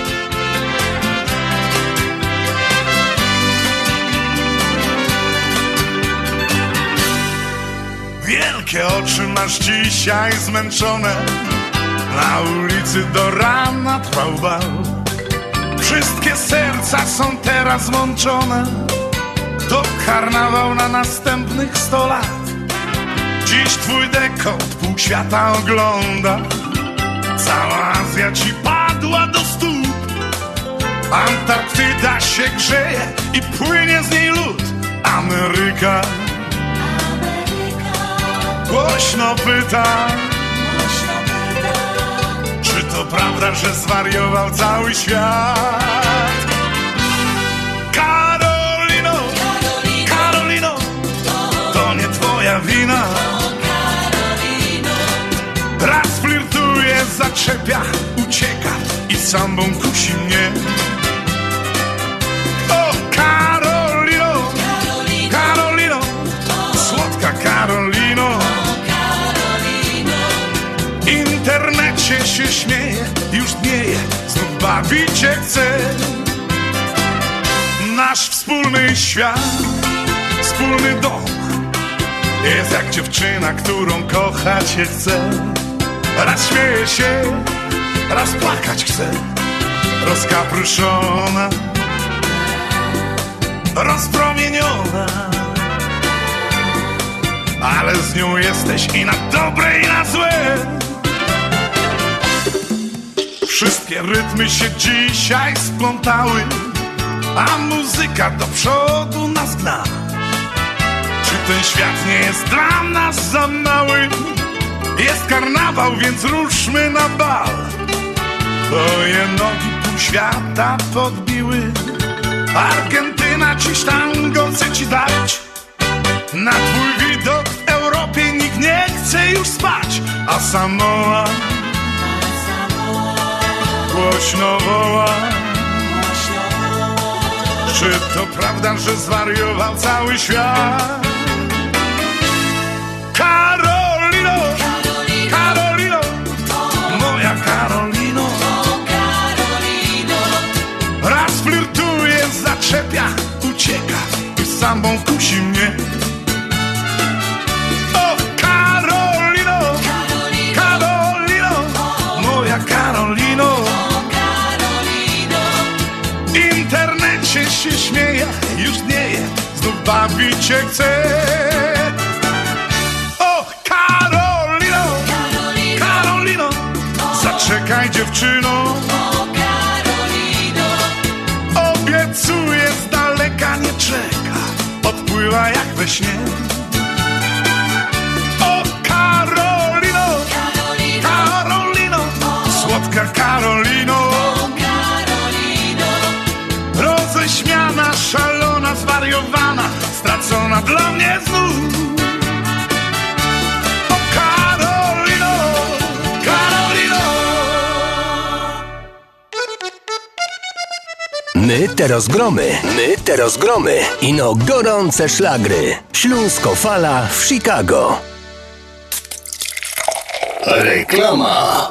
Wielkie oczy masz dzisiaj zmęczone, na ulicy do rana trwał bal. Wszystkie serca są teraz zmączone, to karnawał na następnych sto lat. Dziś twój dekot pół świata ogląda, cała Azja ci padła do stóp. Antarktyda się grzeje i płynie z niej lód. Ameryka głośno pyta, czy to prawda, że zwariował cały świat? Karolino, Karolino, to nie twoja wina. Raz flirtuje, zaczepia, ucieka i sambą kusi mnie. O Karolino, Karolino, słodka Karolino. W internecie się śmieje, już dnieje, znów bawić cię chce. Nasz wspólny świat, wspólny dom jest jak dziewczyna, którą kochać się chce. Raz śmieje się, raz płakać chce, rozkapruszona, rozpromieniona. Ale z nią jesteś i na dobre, i na złe. Wszystkie rytmy się dzisiaj splątały, a muzyka do przodu nas gna. Czy ten świat nie jest dla nas za mały? Jest karnawał, więc ruszmy na bal. Twoje nogi pół świata podbiły, Argentyna dziś tango chce ci dać. Na twój widok w Europie nikt nie chce już spać, a Samoa głośno woła. Czy to prawda, że zwariował cały świat? Karolino, Karolino, moja Karolino. Raz flirtuje, zaczepia, ucieka i sambą kusi mnie. O Karolino, Karolino, moja Karolino. W internecie się śmieje, już dnieje, znów bawić cię chce. O Karolino, Karolino, zaczekaj dziewczyno. Obiecuję, z daleka nie czeka, odpływa jak we śnie. O Karolino, Karolino, słodka Karolino. Roześmiana, szalona, zwariowana, stracona dla mnie znów. O Karolino, Karolino. My te rozgromy, my te rozgromy. Ino gorące szlagry. Śląsko Fala w Chicago. Reklama.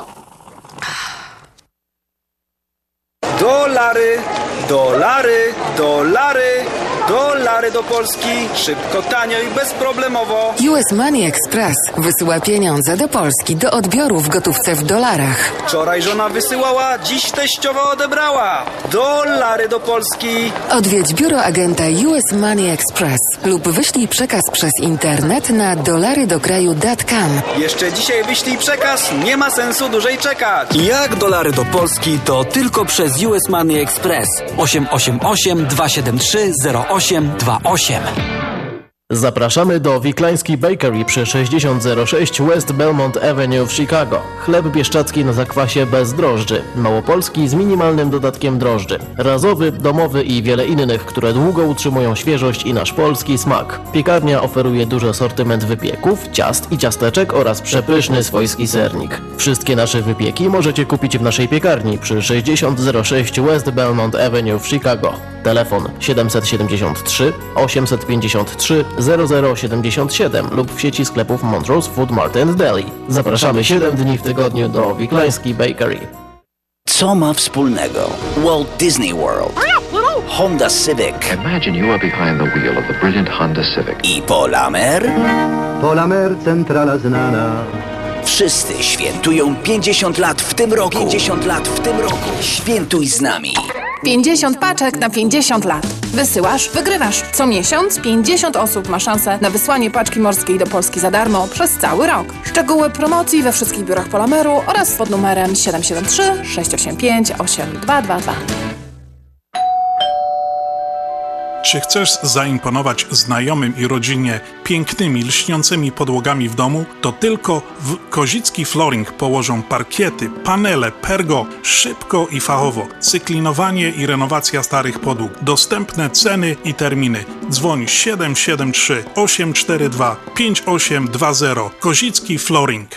Dolary, dolary, dolary, dolary do Polski. Szybko, tanio i bezproblemowo. U S Money Express wysyła pieniądze do Polski do odbioru w gotówce w dolarach. Wczoraj żona wysyłała, dziś teściowa odebrała. Dolary do Polski. Odwiedź biuro agenta U S Money Express lub wyślij przekaz przez internet na dolary do kraju kropka com. Jeszcze dzisiaj wyślij przekaz, nie ma sensu dłużej czekać. Jak dolary do Polski, to tylko przez U S Money Express. osiem osiem osiem, dwa siedem trzy, zero osiem dwa osiem. Zapraszamy do Wiklański Bakery przy sześćdziesiąt zero sześć West Belmont Avenue w Chicago. Chleb bieszczacki na zakwasie bez drożdży. Małopolski z minimalnym dodatkiem drożdży. Razowy, domowy i wiele innych, które długo utrzymują świeżość i nasz polski smak. Piekarnia oferuje duży asortyment wypieków, ciast i ciasteczek oraz przepyszny swojski sernik. Wszystkie nasze wypieki możecie kupić w naszej piekarni przy sześćdziesiąt zero sześć West Belmont Avenue w Chicago. Telefon siedemset siedemdziesiąt trzy osiemset pięćdziesiąt trzy zero zero siedemdziesiąt siedem lub w sieci sklepów Montrose Food Mart and Deli. Zapraszamy siedem dni w tygodniu do Wiklański Bakery. Co ma wspólnego Walt Disney World, Honda Civic Imagine you are behind the wheel of the brilliant Honda Civic i Polamer? Polamer, centrala znana. Wszyscy świętują pięćdziesiąt lat w tym roku. pięćdziesiąt lat w tym roku. Świętuj z nami. pięćdziesiąt paczek na pięćdziesiąt lat. Wysyłasz, wygrywasz. Co miesiąc pięćdziesiąt osób ma szansę na wysłanie paczki morskiej do Polski za darmo przez cały rok. Szczegóły promocji we wszystkich biurach Polameru oraz pod numerem siedem siedem trzy sześć osiem pięć osiem dwa dwa dwa. Czy chcesz zaimponować znajomym i rodzinie pięknymi, lśniącymi podłogami w domu? To tylko w Kozicki Flooring położą parkiety, panele, pergo, szybko i fachowo. Cyklinowanie i renowacja starych podłóg. Dostępne ceny i terminy. Dzwoń siedem siedem trzy osiem cztery dwa pięć osiem dwa zero. Kozicki Flooring.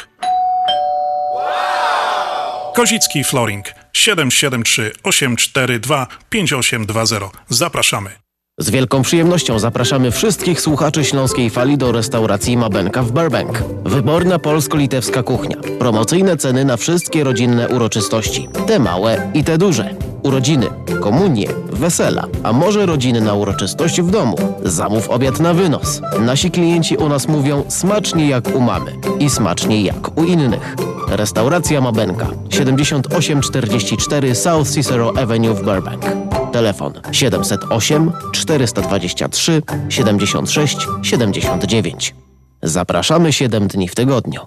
Kozicki Flooring siedem siedem trzy osiem cztery dwa pięć osiem dwa zero. Zapraszamy. Z wielką przyjemnością zapraszamy wszystkich słuchaczy Śląskiej Fali do restauracji Mabenka w Burbank. Wyborna polsko-litewska kuchnia. Promocyjne ceny na wszystkie rodzinne uroczystości. Te małe i te duże. Urodziny, komunie, wesela, a może rodzinna uroczystość w domu. Zamów obiad na wynos. Nasi klienci u nas mówią smacznie jak u mamy i smacznie jak u innych. Restauracja Mabenka, siedemdziesiąt osiem czterdzieści cztery South Cicero Avenue w Burbank. Telefon siedemset osiem czterysta dwadzieścia trzy siedemdziesiąt sześć siedemdziesiąt dziewięć. Zapraszamy siedem dni w tygodniu.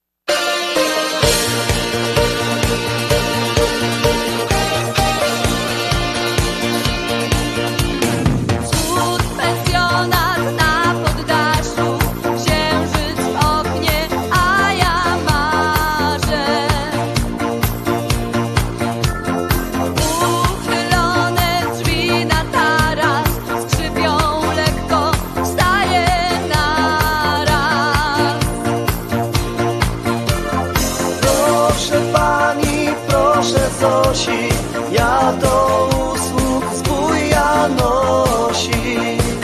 Ja do usług zbója nosi.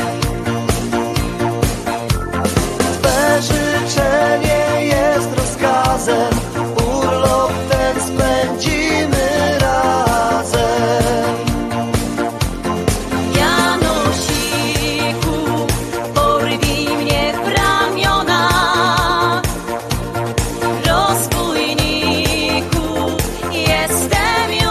Twe życzenie jest rozkazem, urlop ten spędzimy razem. Janosiku, porwij mnie w ramiona, rozbójniku, jestem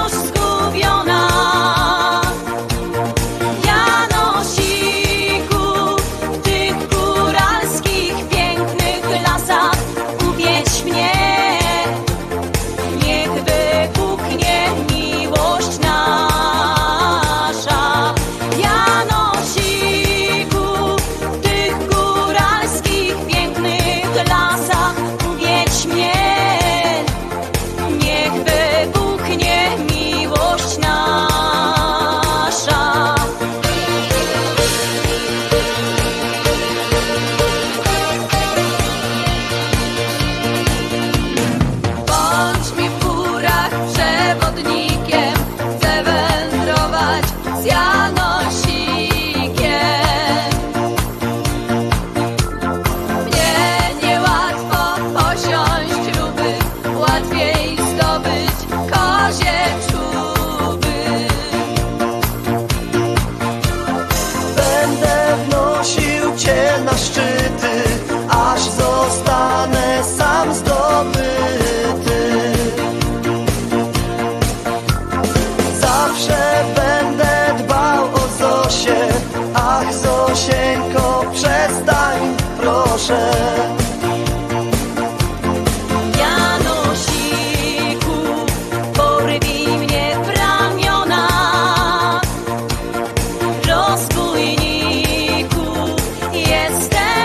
Janosiku, porwij mnie w ramiona, rozbójniku, jestem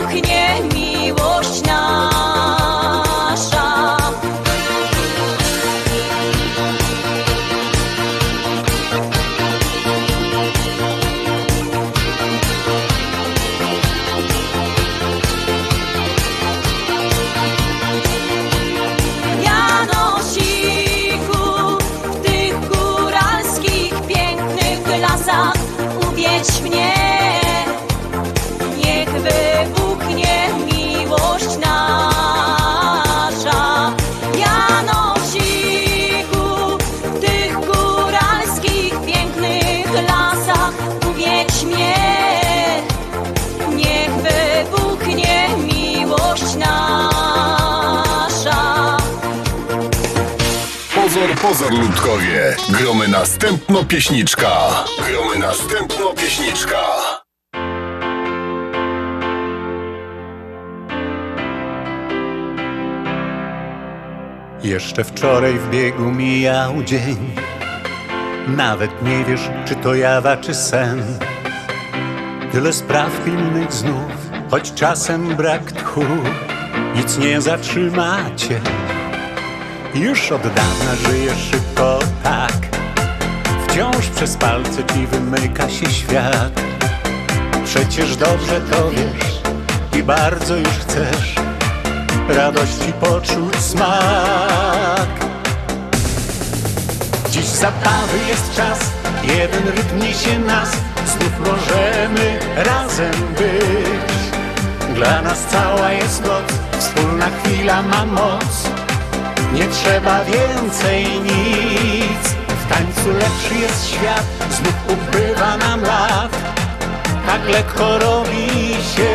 wybuchnie miłość nasza. Uwiedź mnie, niech wybuchnie miłość nasza. Janosiku, w tych góralskich pięknych lasach, uwiedź mnie, niech wybuchnie miłość nasza. Pozor, pozor, ludkowie. Gromy następno pieśniczka. Gromy następno pieśniczka. Jeszcze wczoraj w biegu mijał dzień. Nawet nie wiesz, czy to jawa, czy sen. Tyle spraw pilnych znów, choć czasem brak tchu. Nic nie zatrzymacie. Już od dawna żyjesz szybko tak. Wciąż przez palce ci wymyka się świat. Przecież dobrze to wiesz i bardzo już chcesz radości poczuć smak. Dziś zabawy jest czas, jeden rytm niesie nas. Znów możemy razem być. Dla nas cała jest noc, wspólna chwila ma moc. Nie trzeba więcej nic. W tańcu lepszy jest świat, znów ubywa nam lat. Tak lekko robi się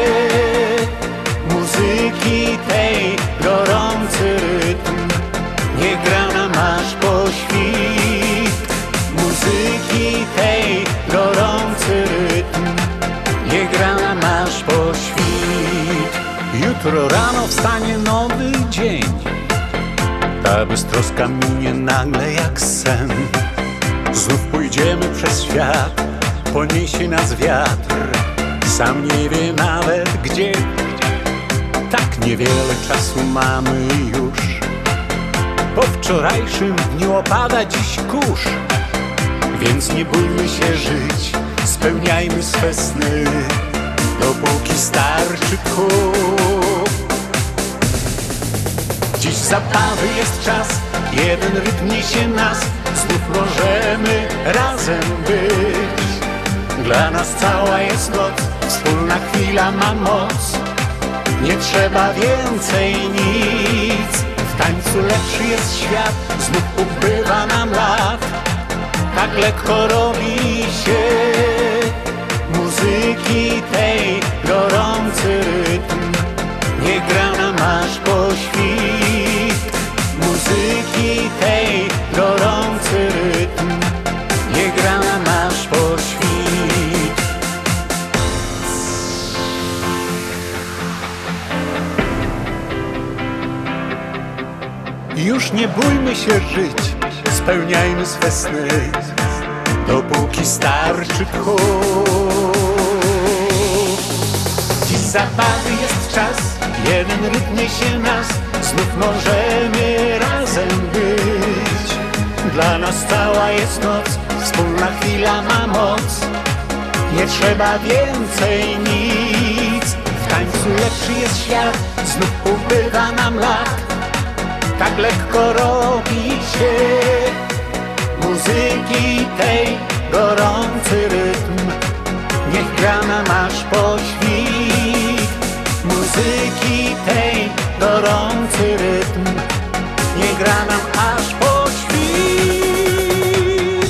muzyki tej gorący rytm. Nie gra nam aż po świt. Muzyki tej gorący rytm. Nie gra nam aż po świt. Jutro rano wstanie nowy dzień. Ta beztroska minie nagle jak sen. Znów pójdziemy przez świat, poniesie nas wiatr. Sam nie wie nawet gdzie. Tak niewiele czasu mamy już. Po wczorajszym dniu opada dziś kurz. Więc nie bójmy się żyć, spełniajmy swe sny, dopóki starczy tchu. Dziś zabawy jest czas, jeden rytm niesie nas. Znów możemy razem być. Dla nas cała jest noc, wspólna chwila ma moc. Nie trzeba więcej nic. W tańcu lepszy jest świat, znów ubywa nam lat. Tak lekko robi się muzyki tej gorący rytm. Nie gra nam aż po świt. Muzyki tej gorący rytm. Nie gra nam aż po świt. Już nie bójmy się żyć, spełniajmy swe sny, dopóki starczy tchu. Dziś zabawy jest czas, jeden rytm niesie nas. Znów możemy razem być. Dla nas cała jest noc, wspólna chwila ma moc. Nie trzeba więcej nic. W tańcu lepszy jest świat, znów ubywa nam lat. Tak lekko robi się muzyki tej gorący rytm. Niech gra nam aż po świt. Muzyki tej gorący rytm. Niech gra nam aż po świt.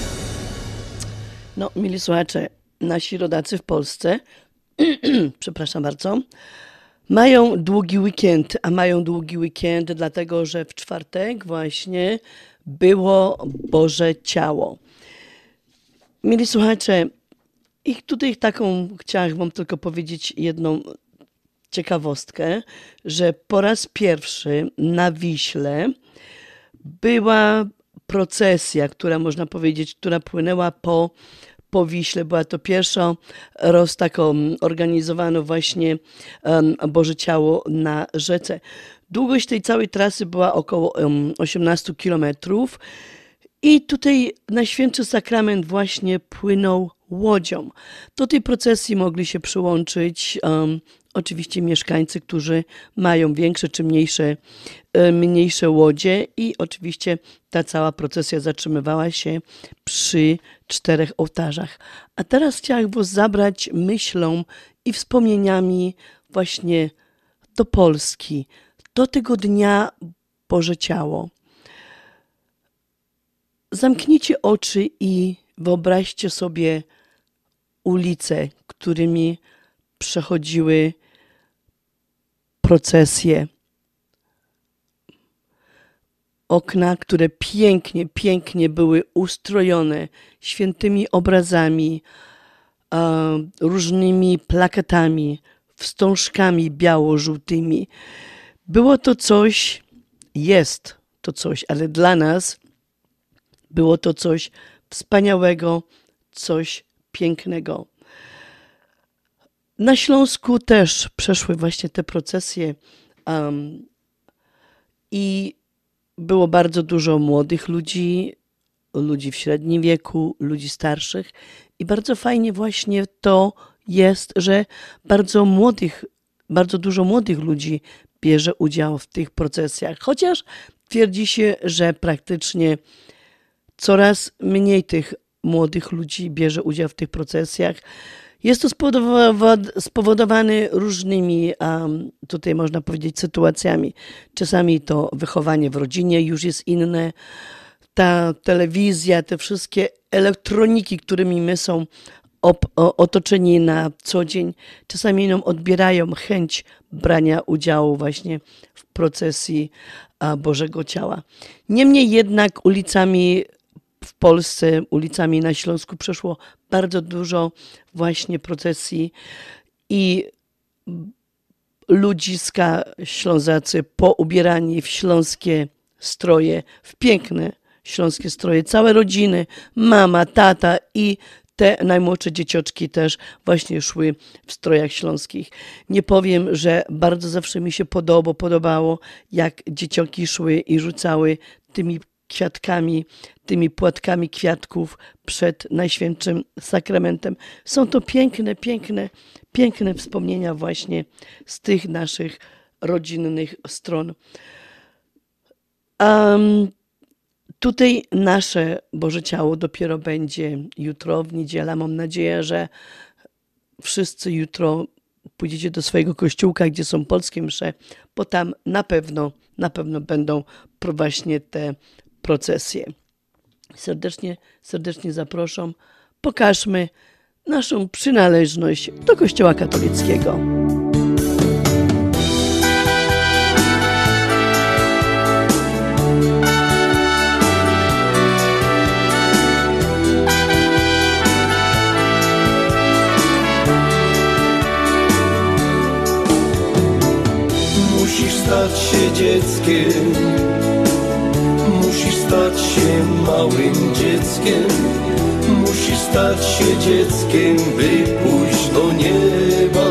No, mili słuchacze, nasi rodacy w Polsce, przepraszam bardzo, mają długi weekend, a mają długi weekend dlatego, że w czwartek właśnie było Boże Ciało. Mili słuchacze, i tutaj taką chciałam wam tylko powiedzieć jedną ciekawostkę, że po raz pierwszy na Wiśle była procesja, która można powiedzieć, która płynęła po po Wiśle. Była to pierwsza roz taką organizowano właśnie um, Boże Ciało na rzece. Długość tej całej trasy była około um, osiemnaście kilometrów i tutaj na Święty Sakrament właśnie płynął łodzią. Do tej procesji mogli się przyłączyć um, oczywiście mieszkańcy, którzy mają większe czy mniejsze, mniejsze łodzie i oczywiście ta cała procesja zatrzymywała się przy czterech ołtarzach. A teraz chciałam was zabrać myślą i wspomnieniami właśnie do Polski, do tego dnia Boże Ciało. Zamknijcie oczy i wyobraźcie sobie ulice, którymi przechodziły procesje. Okna, które pięknie, pięknie były ustrojone świętymi obrazami, różnymi plakatami, wstążkami biało-żółtymi. Było to coś, jest to coś, ale dla nas było to coś wspaniałego, coś pięknego. Na Śląsku też przeszły właśnie te procesje um, i było bardzo dużo młodych ludzi, ludzi w średnim wieku, ludzi starszych i bardzo fajnie właśnie to jest, że bardzo młodych, bardzo dużo młodych ludzi bierze udział w tych procesjach, chociaż twierdzi się, że praktycznie coraz mniej tych młodych ludzi bierze udział w tych procesjach. Jest to spowodowane różnymi, um, tutaj można powiedzieć, sytuacjami. Czasami to wychowanie w rodzinie już jest inne. Ta telewizja, te wszystkie elektroniki, którymi my są op- otoczeni na co dzień, czasami nam odbierają chęć brania udziału właśnie w procesji a, Bożego Ciała. Niemniej jednak ulicami w Polsce, ulicami na Śląsku przeszło bardzo dużo właśnie procesji i ludziska ślązacy poubierani w śląskie stroje, w piękne śląskie stroje, całe rodziny, mama, tata i te najmłodsze dzieciaczki też właśnie szły w strojach śląskich. Nie powiem, że bardzo zawsze mi się podobało, podobało jak dzieciaki szły i rzucały tymi kwiatkami, tymi płatkami kwiatków przed Najświętszym Sakramentem. Są to piękne, piękne, piękne wspomnienia właśnie z tych naszych rodzinnych stron. Um, tutaj nasze Boże Ciało dopiero będzie jutro, w niedzielę. Mam nadzieję, że wszyscy jutro pójdziecie do swojego kościółka, gdzie są polskie msze, bo tam na pewno, na pewno będą właśnie te procesje. Serdecznie, serdecznie zapraszam. Pokażmy naszą przynależność do Kościoła katolickiego. Musisz stać się dzieckiem, musisz stać się małym dzieckiem, musisz stać się dzieckiem, by pójść do nieba.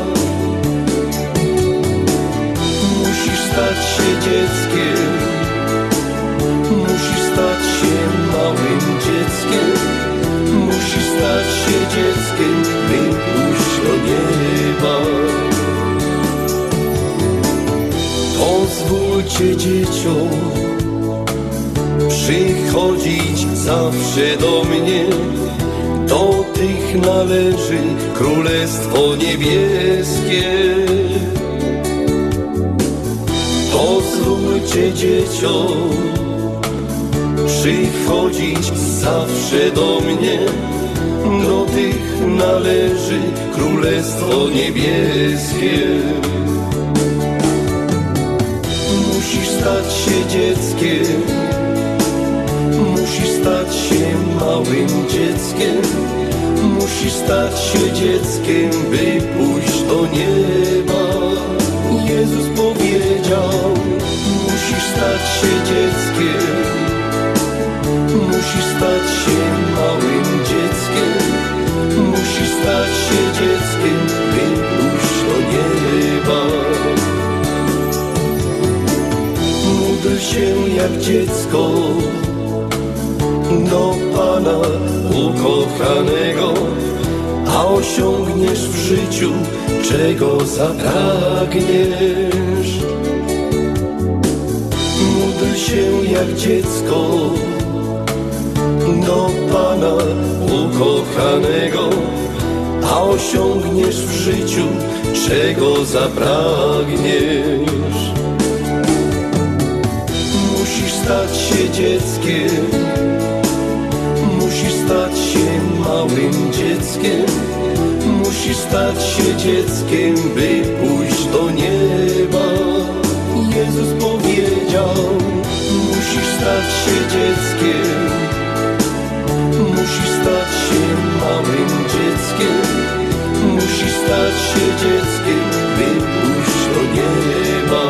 Musisz stać się dzieckiem, musisz stać się małym dzieckiem, musisz stać się dzieckiem, by pójść do nieba. Pozwólcie dzieciom przychodzić zawsze do mnie, do tych należy Królestwo Niebieskie. Pozwólcie dzieciom przychodzić zawsze do mnie, do tych należy Królestwo Niebieskie. Musisz stać się dzieckiem, musisz stać się małym dzieckiem, musisz stać się dzieckiem, by pójść do nieba. Jezus powiedział, musisz stać się dzieckiem, musisz stać się małym dzieckiem, Musisz stać się dzieckiem, by pójść do nieba. Módl się jak dziecko do Pana ukochanego, a osiągniesz w życiu, czego zapragniesz. Módl się jak dziecko do Pana ukochanego, a osiągniesz w życiu, czego zapragniesz. Musisz stać się dzieckiem, musisz stać się małym dzieckiem, musisz stać się dzieckiem, by pójść do nieba. Jezus powiedział, musisz stać się dzieckiem, musisz stać się małym dzieckiem, musisz stać się dzieckiem, by pójść do nieba.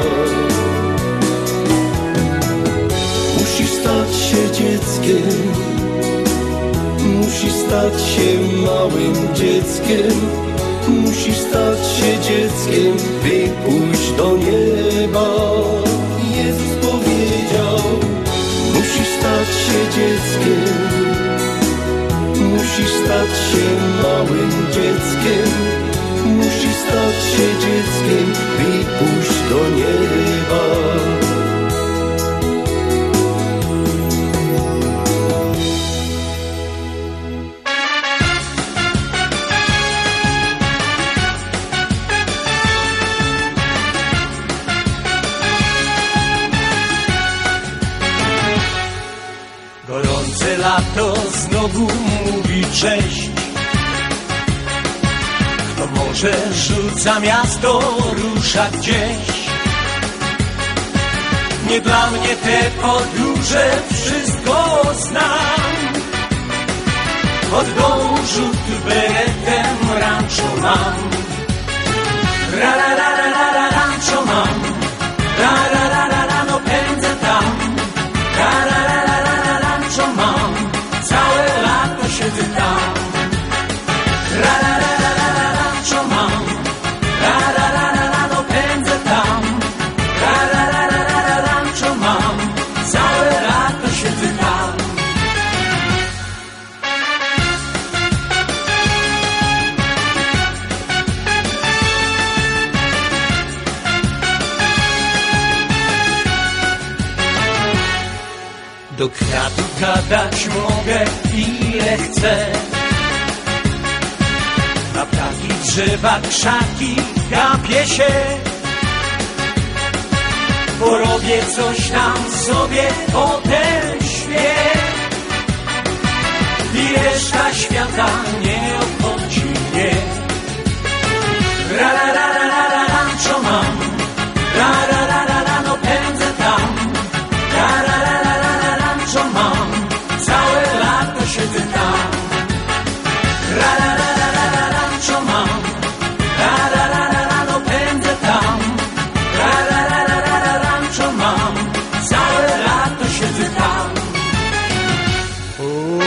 Musisz stać się dzieckiem, musisz stać się małym dzieckiem, musisz stać się dzieckiem, by pójść do nieba. Jezus powiedział, musisz stać się dzieckiem, musisz stać się małym dzieckiem, musisz stać się dzieckiem, by pójść do nieba. Gorące lato znowu mówi cześć. Kto może rzuca miasto, rusza gdzieś. Nie dla mnie te podróże, wszystko znam. Od dołu rzut beretem rancho mam. Ra ra ra ra ra ra rancho mam. Ra ra ra ra ra no pędzę tam. Ra ra ra ra ra ra rancho mam. Całe lato siedzę tam. Ra ra ra ra ra ra rancho mam. Ra ra ra ra ra no pędzę tam. Ra ra ra ra ra ra rancho mam. Całe lato siedzę tam. Do kwiatów gadać mogę ile chcę. Na ptaki, drzewa, krzaki gapię się. Porobię coś tam sobie, potem śpię. I reszta świata nie obchodzi mnie. Ra ra ra ra ra ra rancho mam. Ra ra ra ra ra no pędzę tam. Ra ra ra ra ra ra rancho mam. Całe lato siedzę tam. Ra ra ra ra ra ra rancho mam. Ra ra ra ra ra no pędzę tam. Ra ra ra ra ra ra rancho mam. Całe lato siedzę tam. O.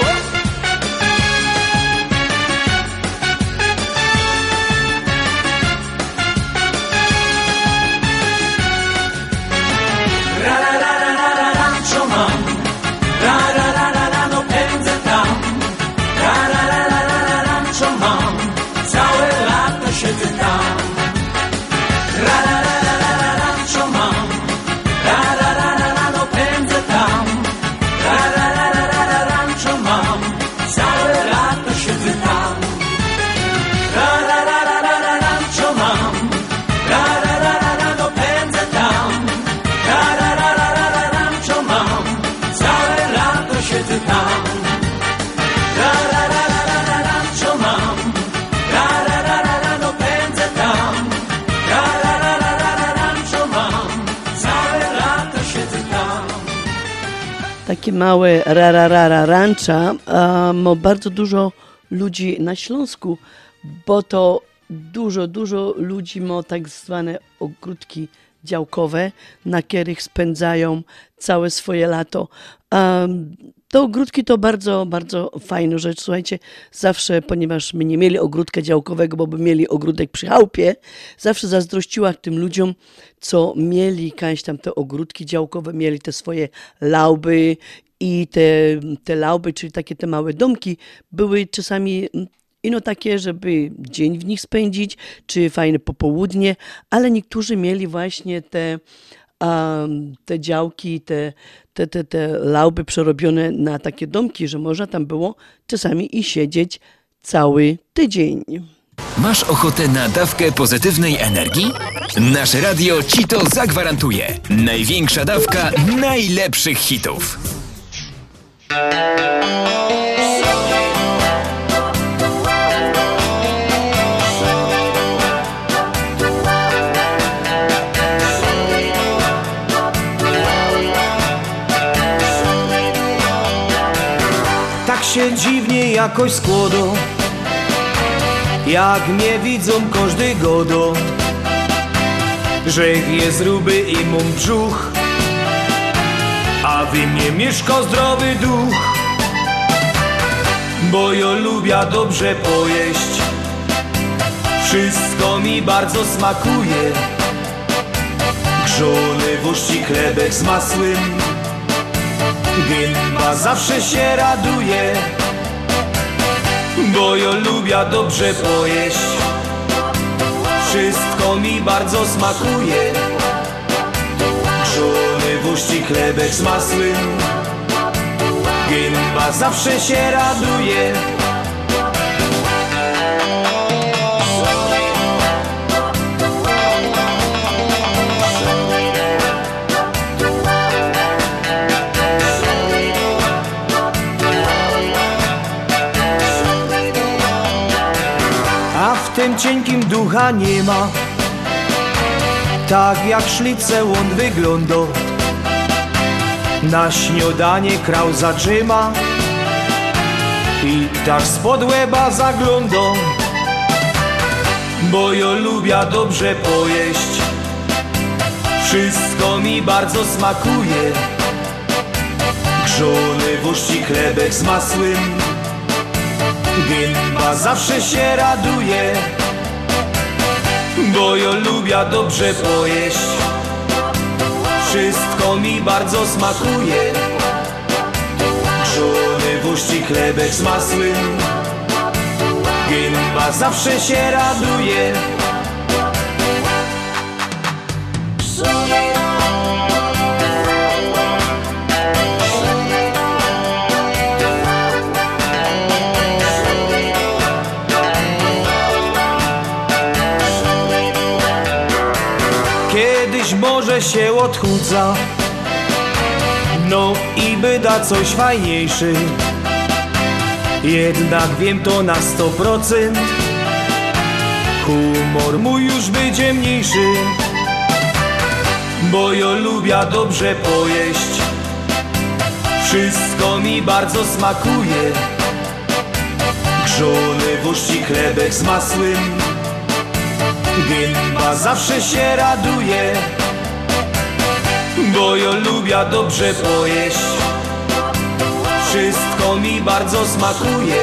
Ra ra ra ra ra ra rancho mam. Ra ra ra ra ra no pędzę tam. Ra ra ra ra ra ra rancho mam. Całe lato siedzę tam. Ra ra ra ra ra ra rancho mam. Ra ra ra ra ra no pędzę tam. Ra ra ra ra ra ra rancho mam. Całe lato siedzę tam. Ra ra ra ra ra ra rancho mam. Ra ra ra ra ra no pędzę tam. Ra ra ra ra ra ra rancho mam. Całe lato siedzę tam. Ra ra ra ra ra ra rancho mam. Ra ra ra ra ra no pędzę tam. Ra ra ra ra ra ra rancho mam. Całe lato siedzę tam. Takie małe rararara rancha a, ma bardzo dużo ludzi na Śląsku, bo to dużo, dużo ludzi ma tak zwane ogródki działkowe, na których spędzają całe swoje lato. Um, te ogródki to bardzo, bardzo fajna rzecz. Słuchajcie, zawsze, ponieważ my nie mieli ogródka działkowego, bo by mieli ogródek przy chałupie, zawsze zazdrościła tym ludziom, co mieli jakieś tam te ogródki działkowe, mieli te swoje lauby i te, te lauby, czyli takie te małe domki, były czasami ino takie, żeby dzień w nich spędzić, czy fajne popołudnie, ale niektórzy mieli właśnie te Um, te działki, te, te, te, te lauby przerobione na takie domki, że można tam było czasami i siedzieć cały tydzień. Masz ochotę na dawkę pozytywnej energii? Nasze radio ci to zagwarantuje. Największa dawka najlepszych hitów. Tak się dziwnie jakoś skłodo, jak mnie widzą każdy godo, że jest ruby i mum brzuch, a w mnie mieszka zdrowy duch. Bo ja lubię dobrze pojeść, wszystko mi bardzo smakuje. Grzony wuści chlebek z masłem, gęba zawsze się raduje. Bo ja lubię dobrze pojeść, wszystko mi bardzo smakuje. Grzony wuści chlebek z masłem, gęba zawsze się raduje. A w tym cienkim ducha nie ma, tak jak szlice on wygląda. Na śniadanie krał zatrzyma i tak spod łeba zagląda. Bo ja lubię dobrze pojeść, wszystko mi bardzo smakuje. Grzony wuści chlebek z masłem, gęba zawsze się raduje. Bo ja lubię dobrze pojeść, wszystko mi bardzo smakuje. Grzony wuści chlebek z masłem, gęba zawsze się raduje. Kiedyś może się odchudza, no i byda coś fajniejszy. Jednak wiem to na sto procent, humor mój już będzie mniejszy. Bo ja lubię dobrze pojeść, wszystko mi bardzo smakuje. Grzony wuści chlebek z masłem, gęba zawsze się raduje. Bo ja lubię dobrze pojeść, wszystko mi bardzo smakuje.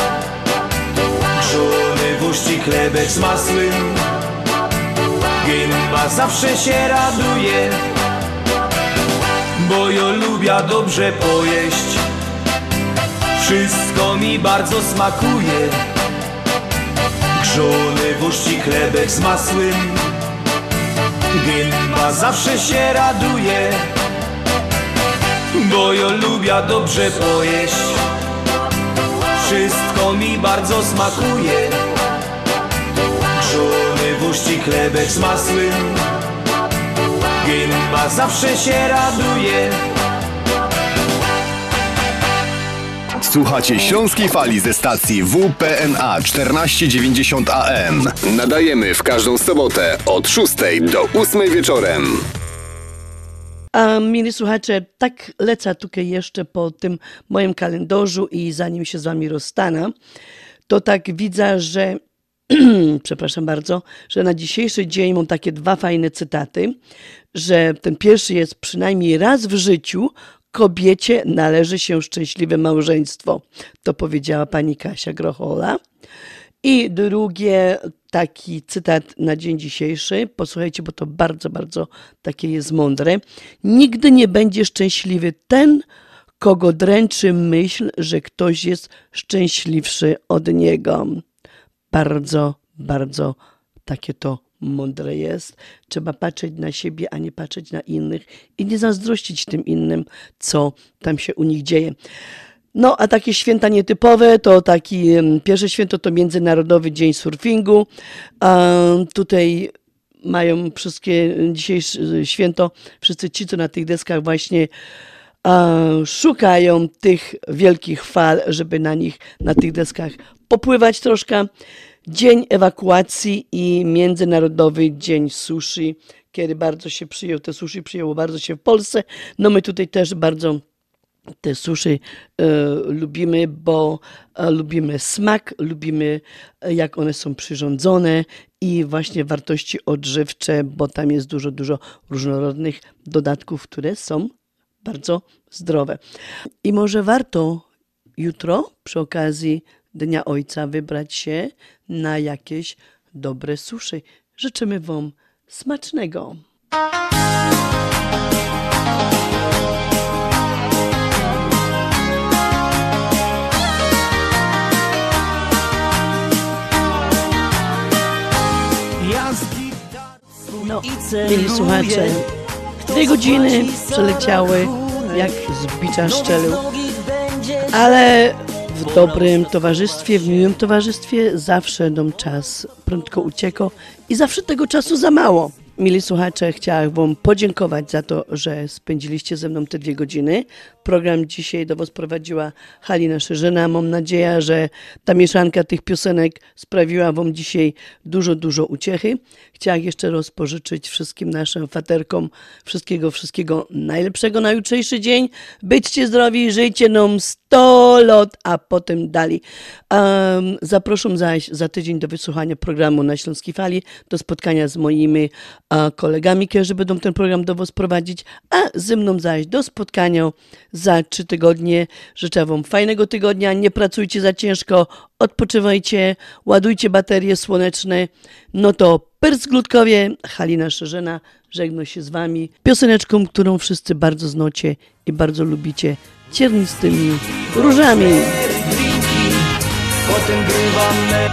Grzony wuści chlebek z masłem, gęba zawsze się raduje. Bo ja lubię dobrze pojeść, wszystko mi bardzo smakuje. Grzony wuści chlebek z masłem, gęba zawsze się raduje. Bo ja lubię dobrze pojeść, wszystko mi bardzo smakuje. Grzony wuści chlebek z masłem, gęba zawsze się raduje. Słuchacie Śląskiej Fali ze stacji W P N A czternaście dziewięćdziesiąt A M. Nadajemy w każdą sobotę od szóstej do ósmej wieczorem. A mili słuchacze, tak lecę tutaj jeszcze po tym moim kalendarzu i zanim się z wami rozstanę, to tak widzę, że przepraszam bardzo, że na dzisiejszy dzień mam takie dwa fajne cytaty, że ten pierwszy jest: przynajmniej raz w życiu kobiecie należy się szczęśliwe małżeństwo. To powiedziała pani Kasia Grochola. I drugie, taki cytat na dzień dzisiejszy. Posłuchajcie, bo to bardzo, bardzo takie jest mądre. Nigdy nie będzie szczęśliwy ten, kogo dręczy myśl, że ktoś jest szczęśliwszy od niego. Bardzo, bardzo takie to mądre jest. Trzeba patrzeć na siebie, a nie patrzeć na innych i nie zazdrościć tym innym, co tam się u nich dzieje. No, a takie święta nietypowe, to taki pierwsze święto to Międzynarodowy Dzień Surfingu. A tutaj mają wszystkie dzisiejsze święto, wszyscy ci, co na tych deskach właśnie a, szukają tych wielkich fal, żeby na nich, na tych deskach popływać troszkę. Dzień ewakuacji i Międzynarodowy Dzień Sushi, kiedy bardzo się przyjął, te sushi przyjęło bardzo się w Polsce. No my tutaj też bardzo te sushi e, lubimy, bo e, lubimy smak, lubimy e, jak one są przyrządzone i właśnie wartości odżywcze, bo tam jest dużo, dużo różnorodnych dodatków, które są bardzo zdrowe. I może warto jutro przy okazji Dnia Ojca wybrać się na jakieś dobre sushi. Życzymy wam smacznego. No, mieli słuchacze, dwie godziny przeleciały jak z bicza szczelił, ale w dobrym towarzystwie, w miłym towarzystwie zawsze dom czas prędko uciekał i zawsze tego czasu za mało. Mili słuchacze, chciałam wam podziękować za to, że spędziliście ze mną te dwie godziny. Program dzisiaj do was prowadziła Halina Szerzyna. Mam nadzieję, że ta mieszanka tych piosenek sprawiła wam dzisiaj dużo, dużo uciechy. Chciałam jeszcze raz pożyczyć wszystkim naszym faterkom wszystkiego, wszystkiego najlepszego na jutrzejszy dzień. Byćcie zdrowi, żyjcie nam sto lat, a potem dalej. Um, zapraszam zaś za tydzień do wysłuchania programu na Śląskiej Fali, do spotkania z moimi a, kolegami, którzy będą ten program do was prowadzić, a ze mną zaś do spotkania za trzy tygodnie. Życzę wam fajnego tygodnia, nie pracujcie za ciężko, odpoczywajcie, ładujcie baterie słoneczne. No to Pyrsk Glutkowie, Halina Szerzyna, żegna się z wami pioseneczką, którą wszyscy bardzo znacie i bardzo lubicie, Ciernistymi różami. Potem bywamy.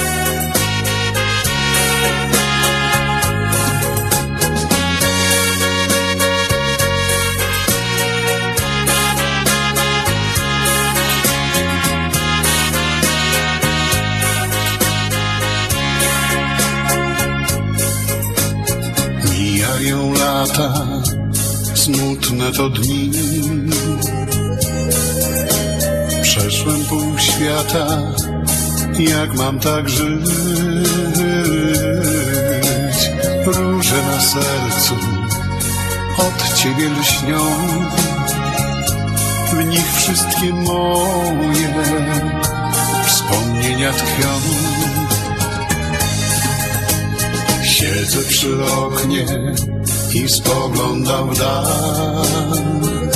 Mijają lata, smutne to dni. Przeszłem pół świata, jak mam tak żyć? Róże na sercu od ciebie lśnią, w nich wszystkie moje wspomnienia tkwią. Siedzę przy oknie i spoglądam w dal.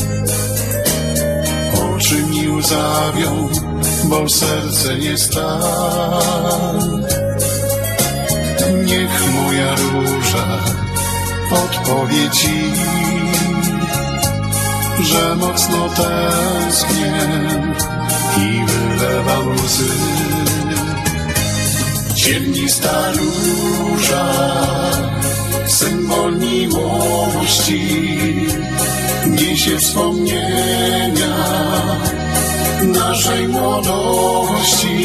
Oczy mi łzawią, bo serce nie stal. Niech moja róża odpowie ci, że mocno tęsknię i wylewam łzy. Ciemnista róża, symbol miłości, niesie wspomnienia naszej młodości.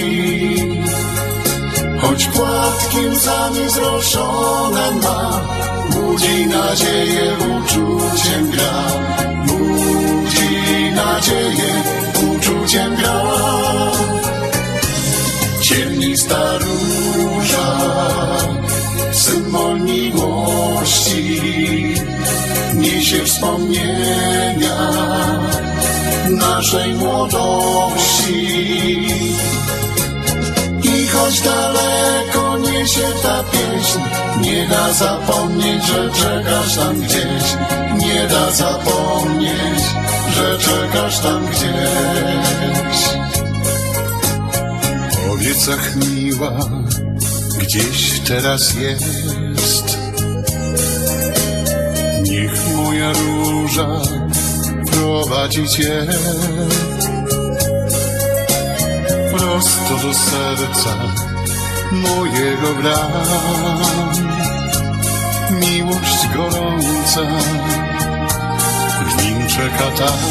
Choć płatki łzami zroszone ma, budzi nadzieję, uczuciem gra. Budzi nadzieję, uczuciem gra. Ciemnista róża, symbol miłości, niesie wspomnienia naszej młodości. I choć daleko niesie ta pieśń, nie da zapomnieć, że czekasz tam gdzieś. Nie da zapomnieć, że czekasz tam gdzieś. Powiedz, ach miła, gdzieś teraz jest. Niech moja róża prowadzi cię prosto do serca mojego bram. Miłość gorąca w nim czeka tam.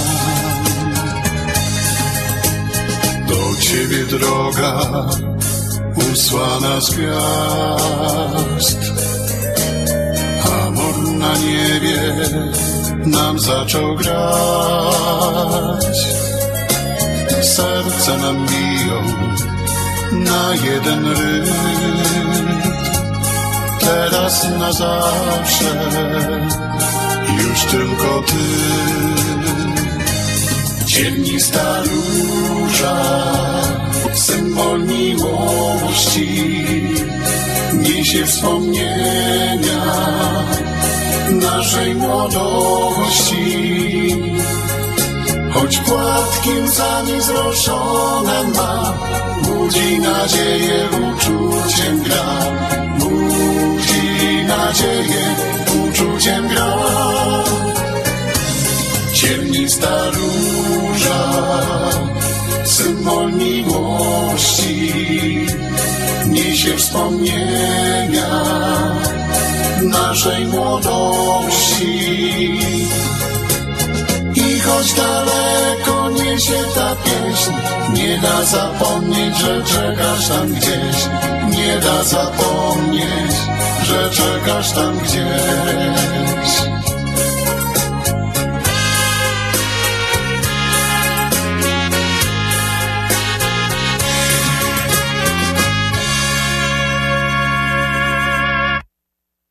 Do ciebie droga usłana z gwiazd. Amor na niebie nam zaczął grać. Serca nam biją na jeden rytm. Teraz na zawsze już tylko ty. Ciernista róża, symbol miłości, niesie wspomnienia naszej młodości. Choć płatki łzami zroszone ma, budzi nadzieję, uczuciem gra. Budzi nadzieję, uczuciem gra. Ciernista róża, symbol miłości, niesie wspomnienia naszej młodości. I choć daleko niesie ta pieśń, nie da zapomnieć, że czekasz tam gdzieś. Nie da zapomnieć, że czekasz tam gdzieś.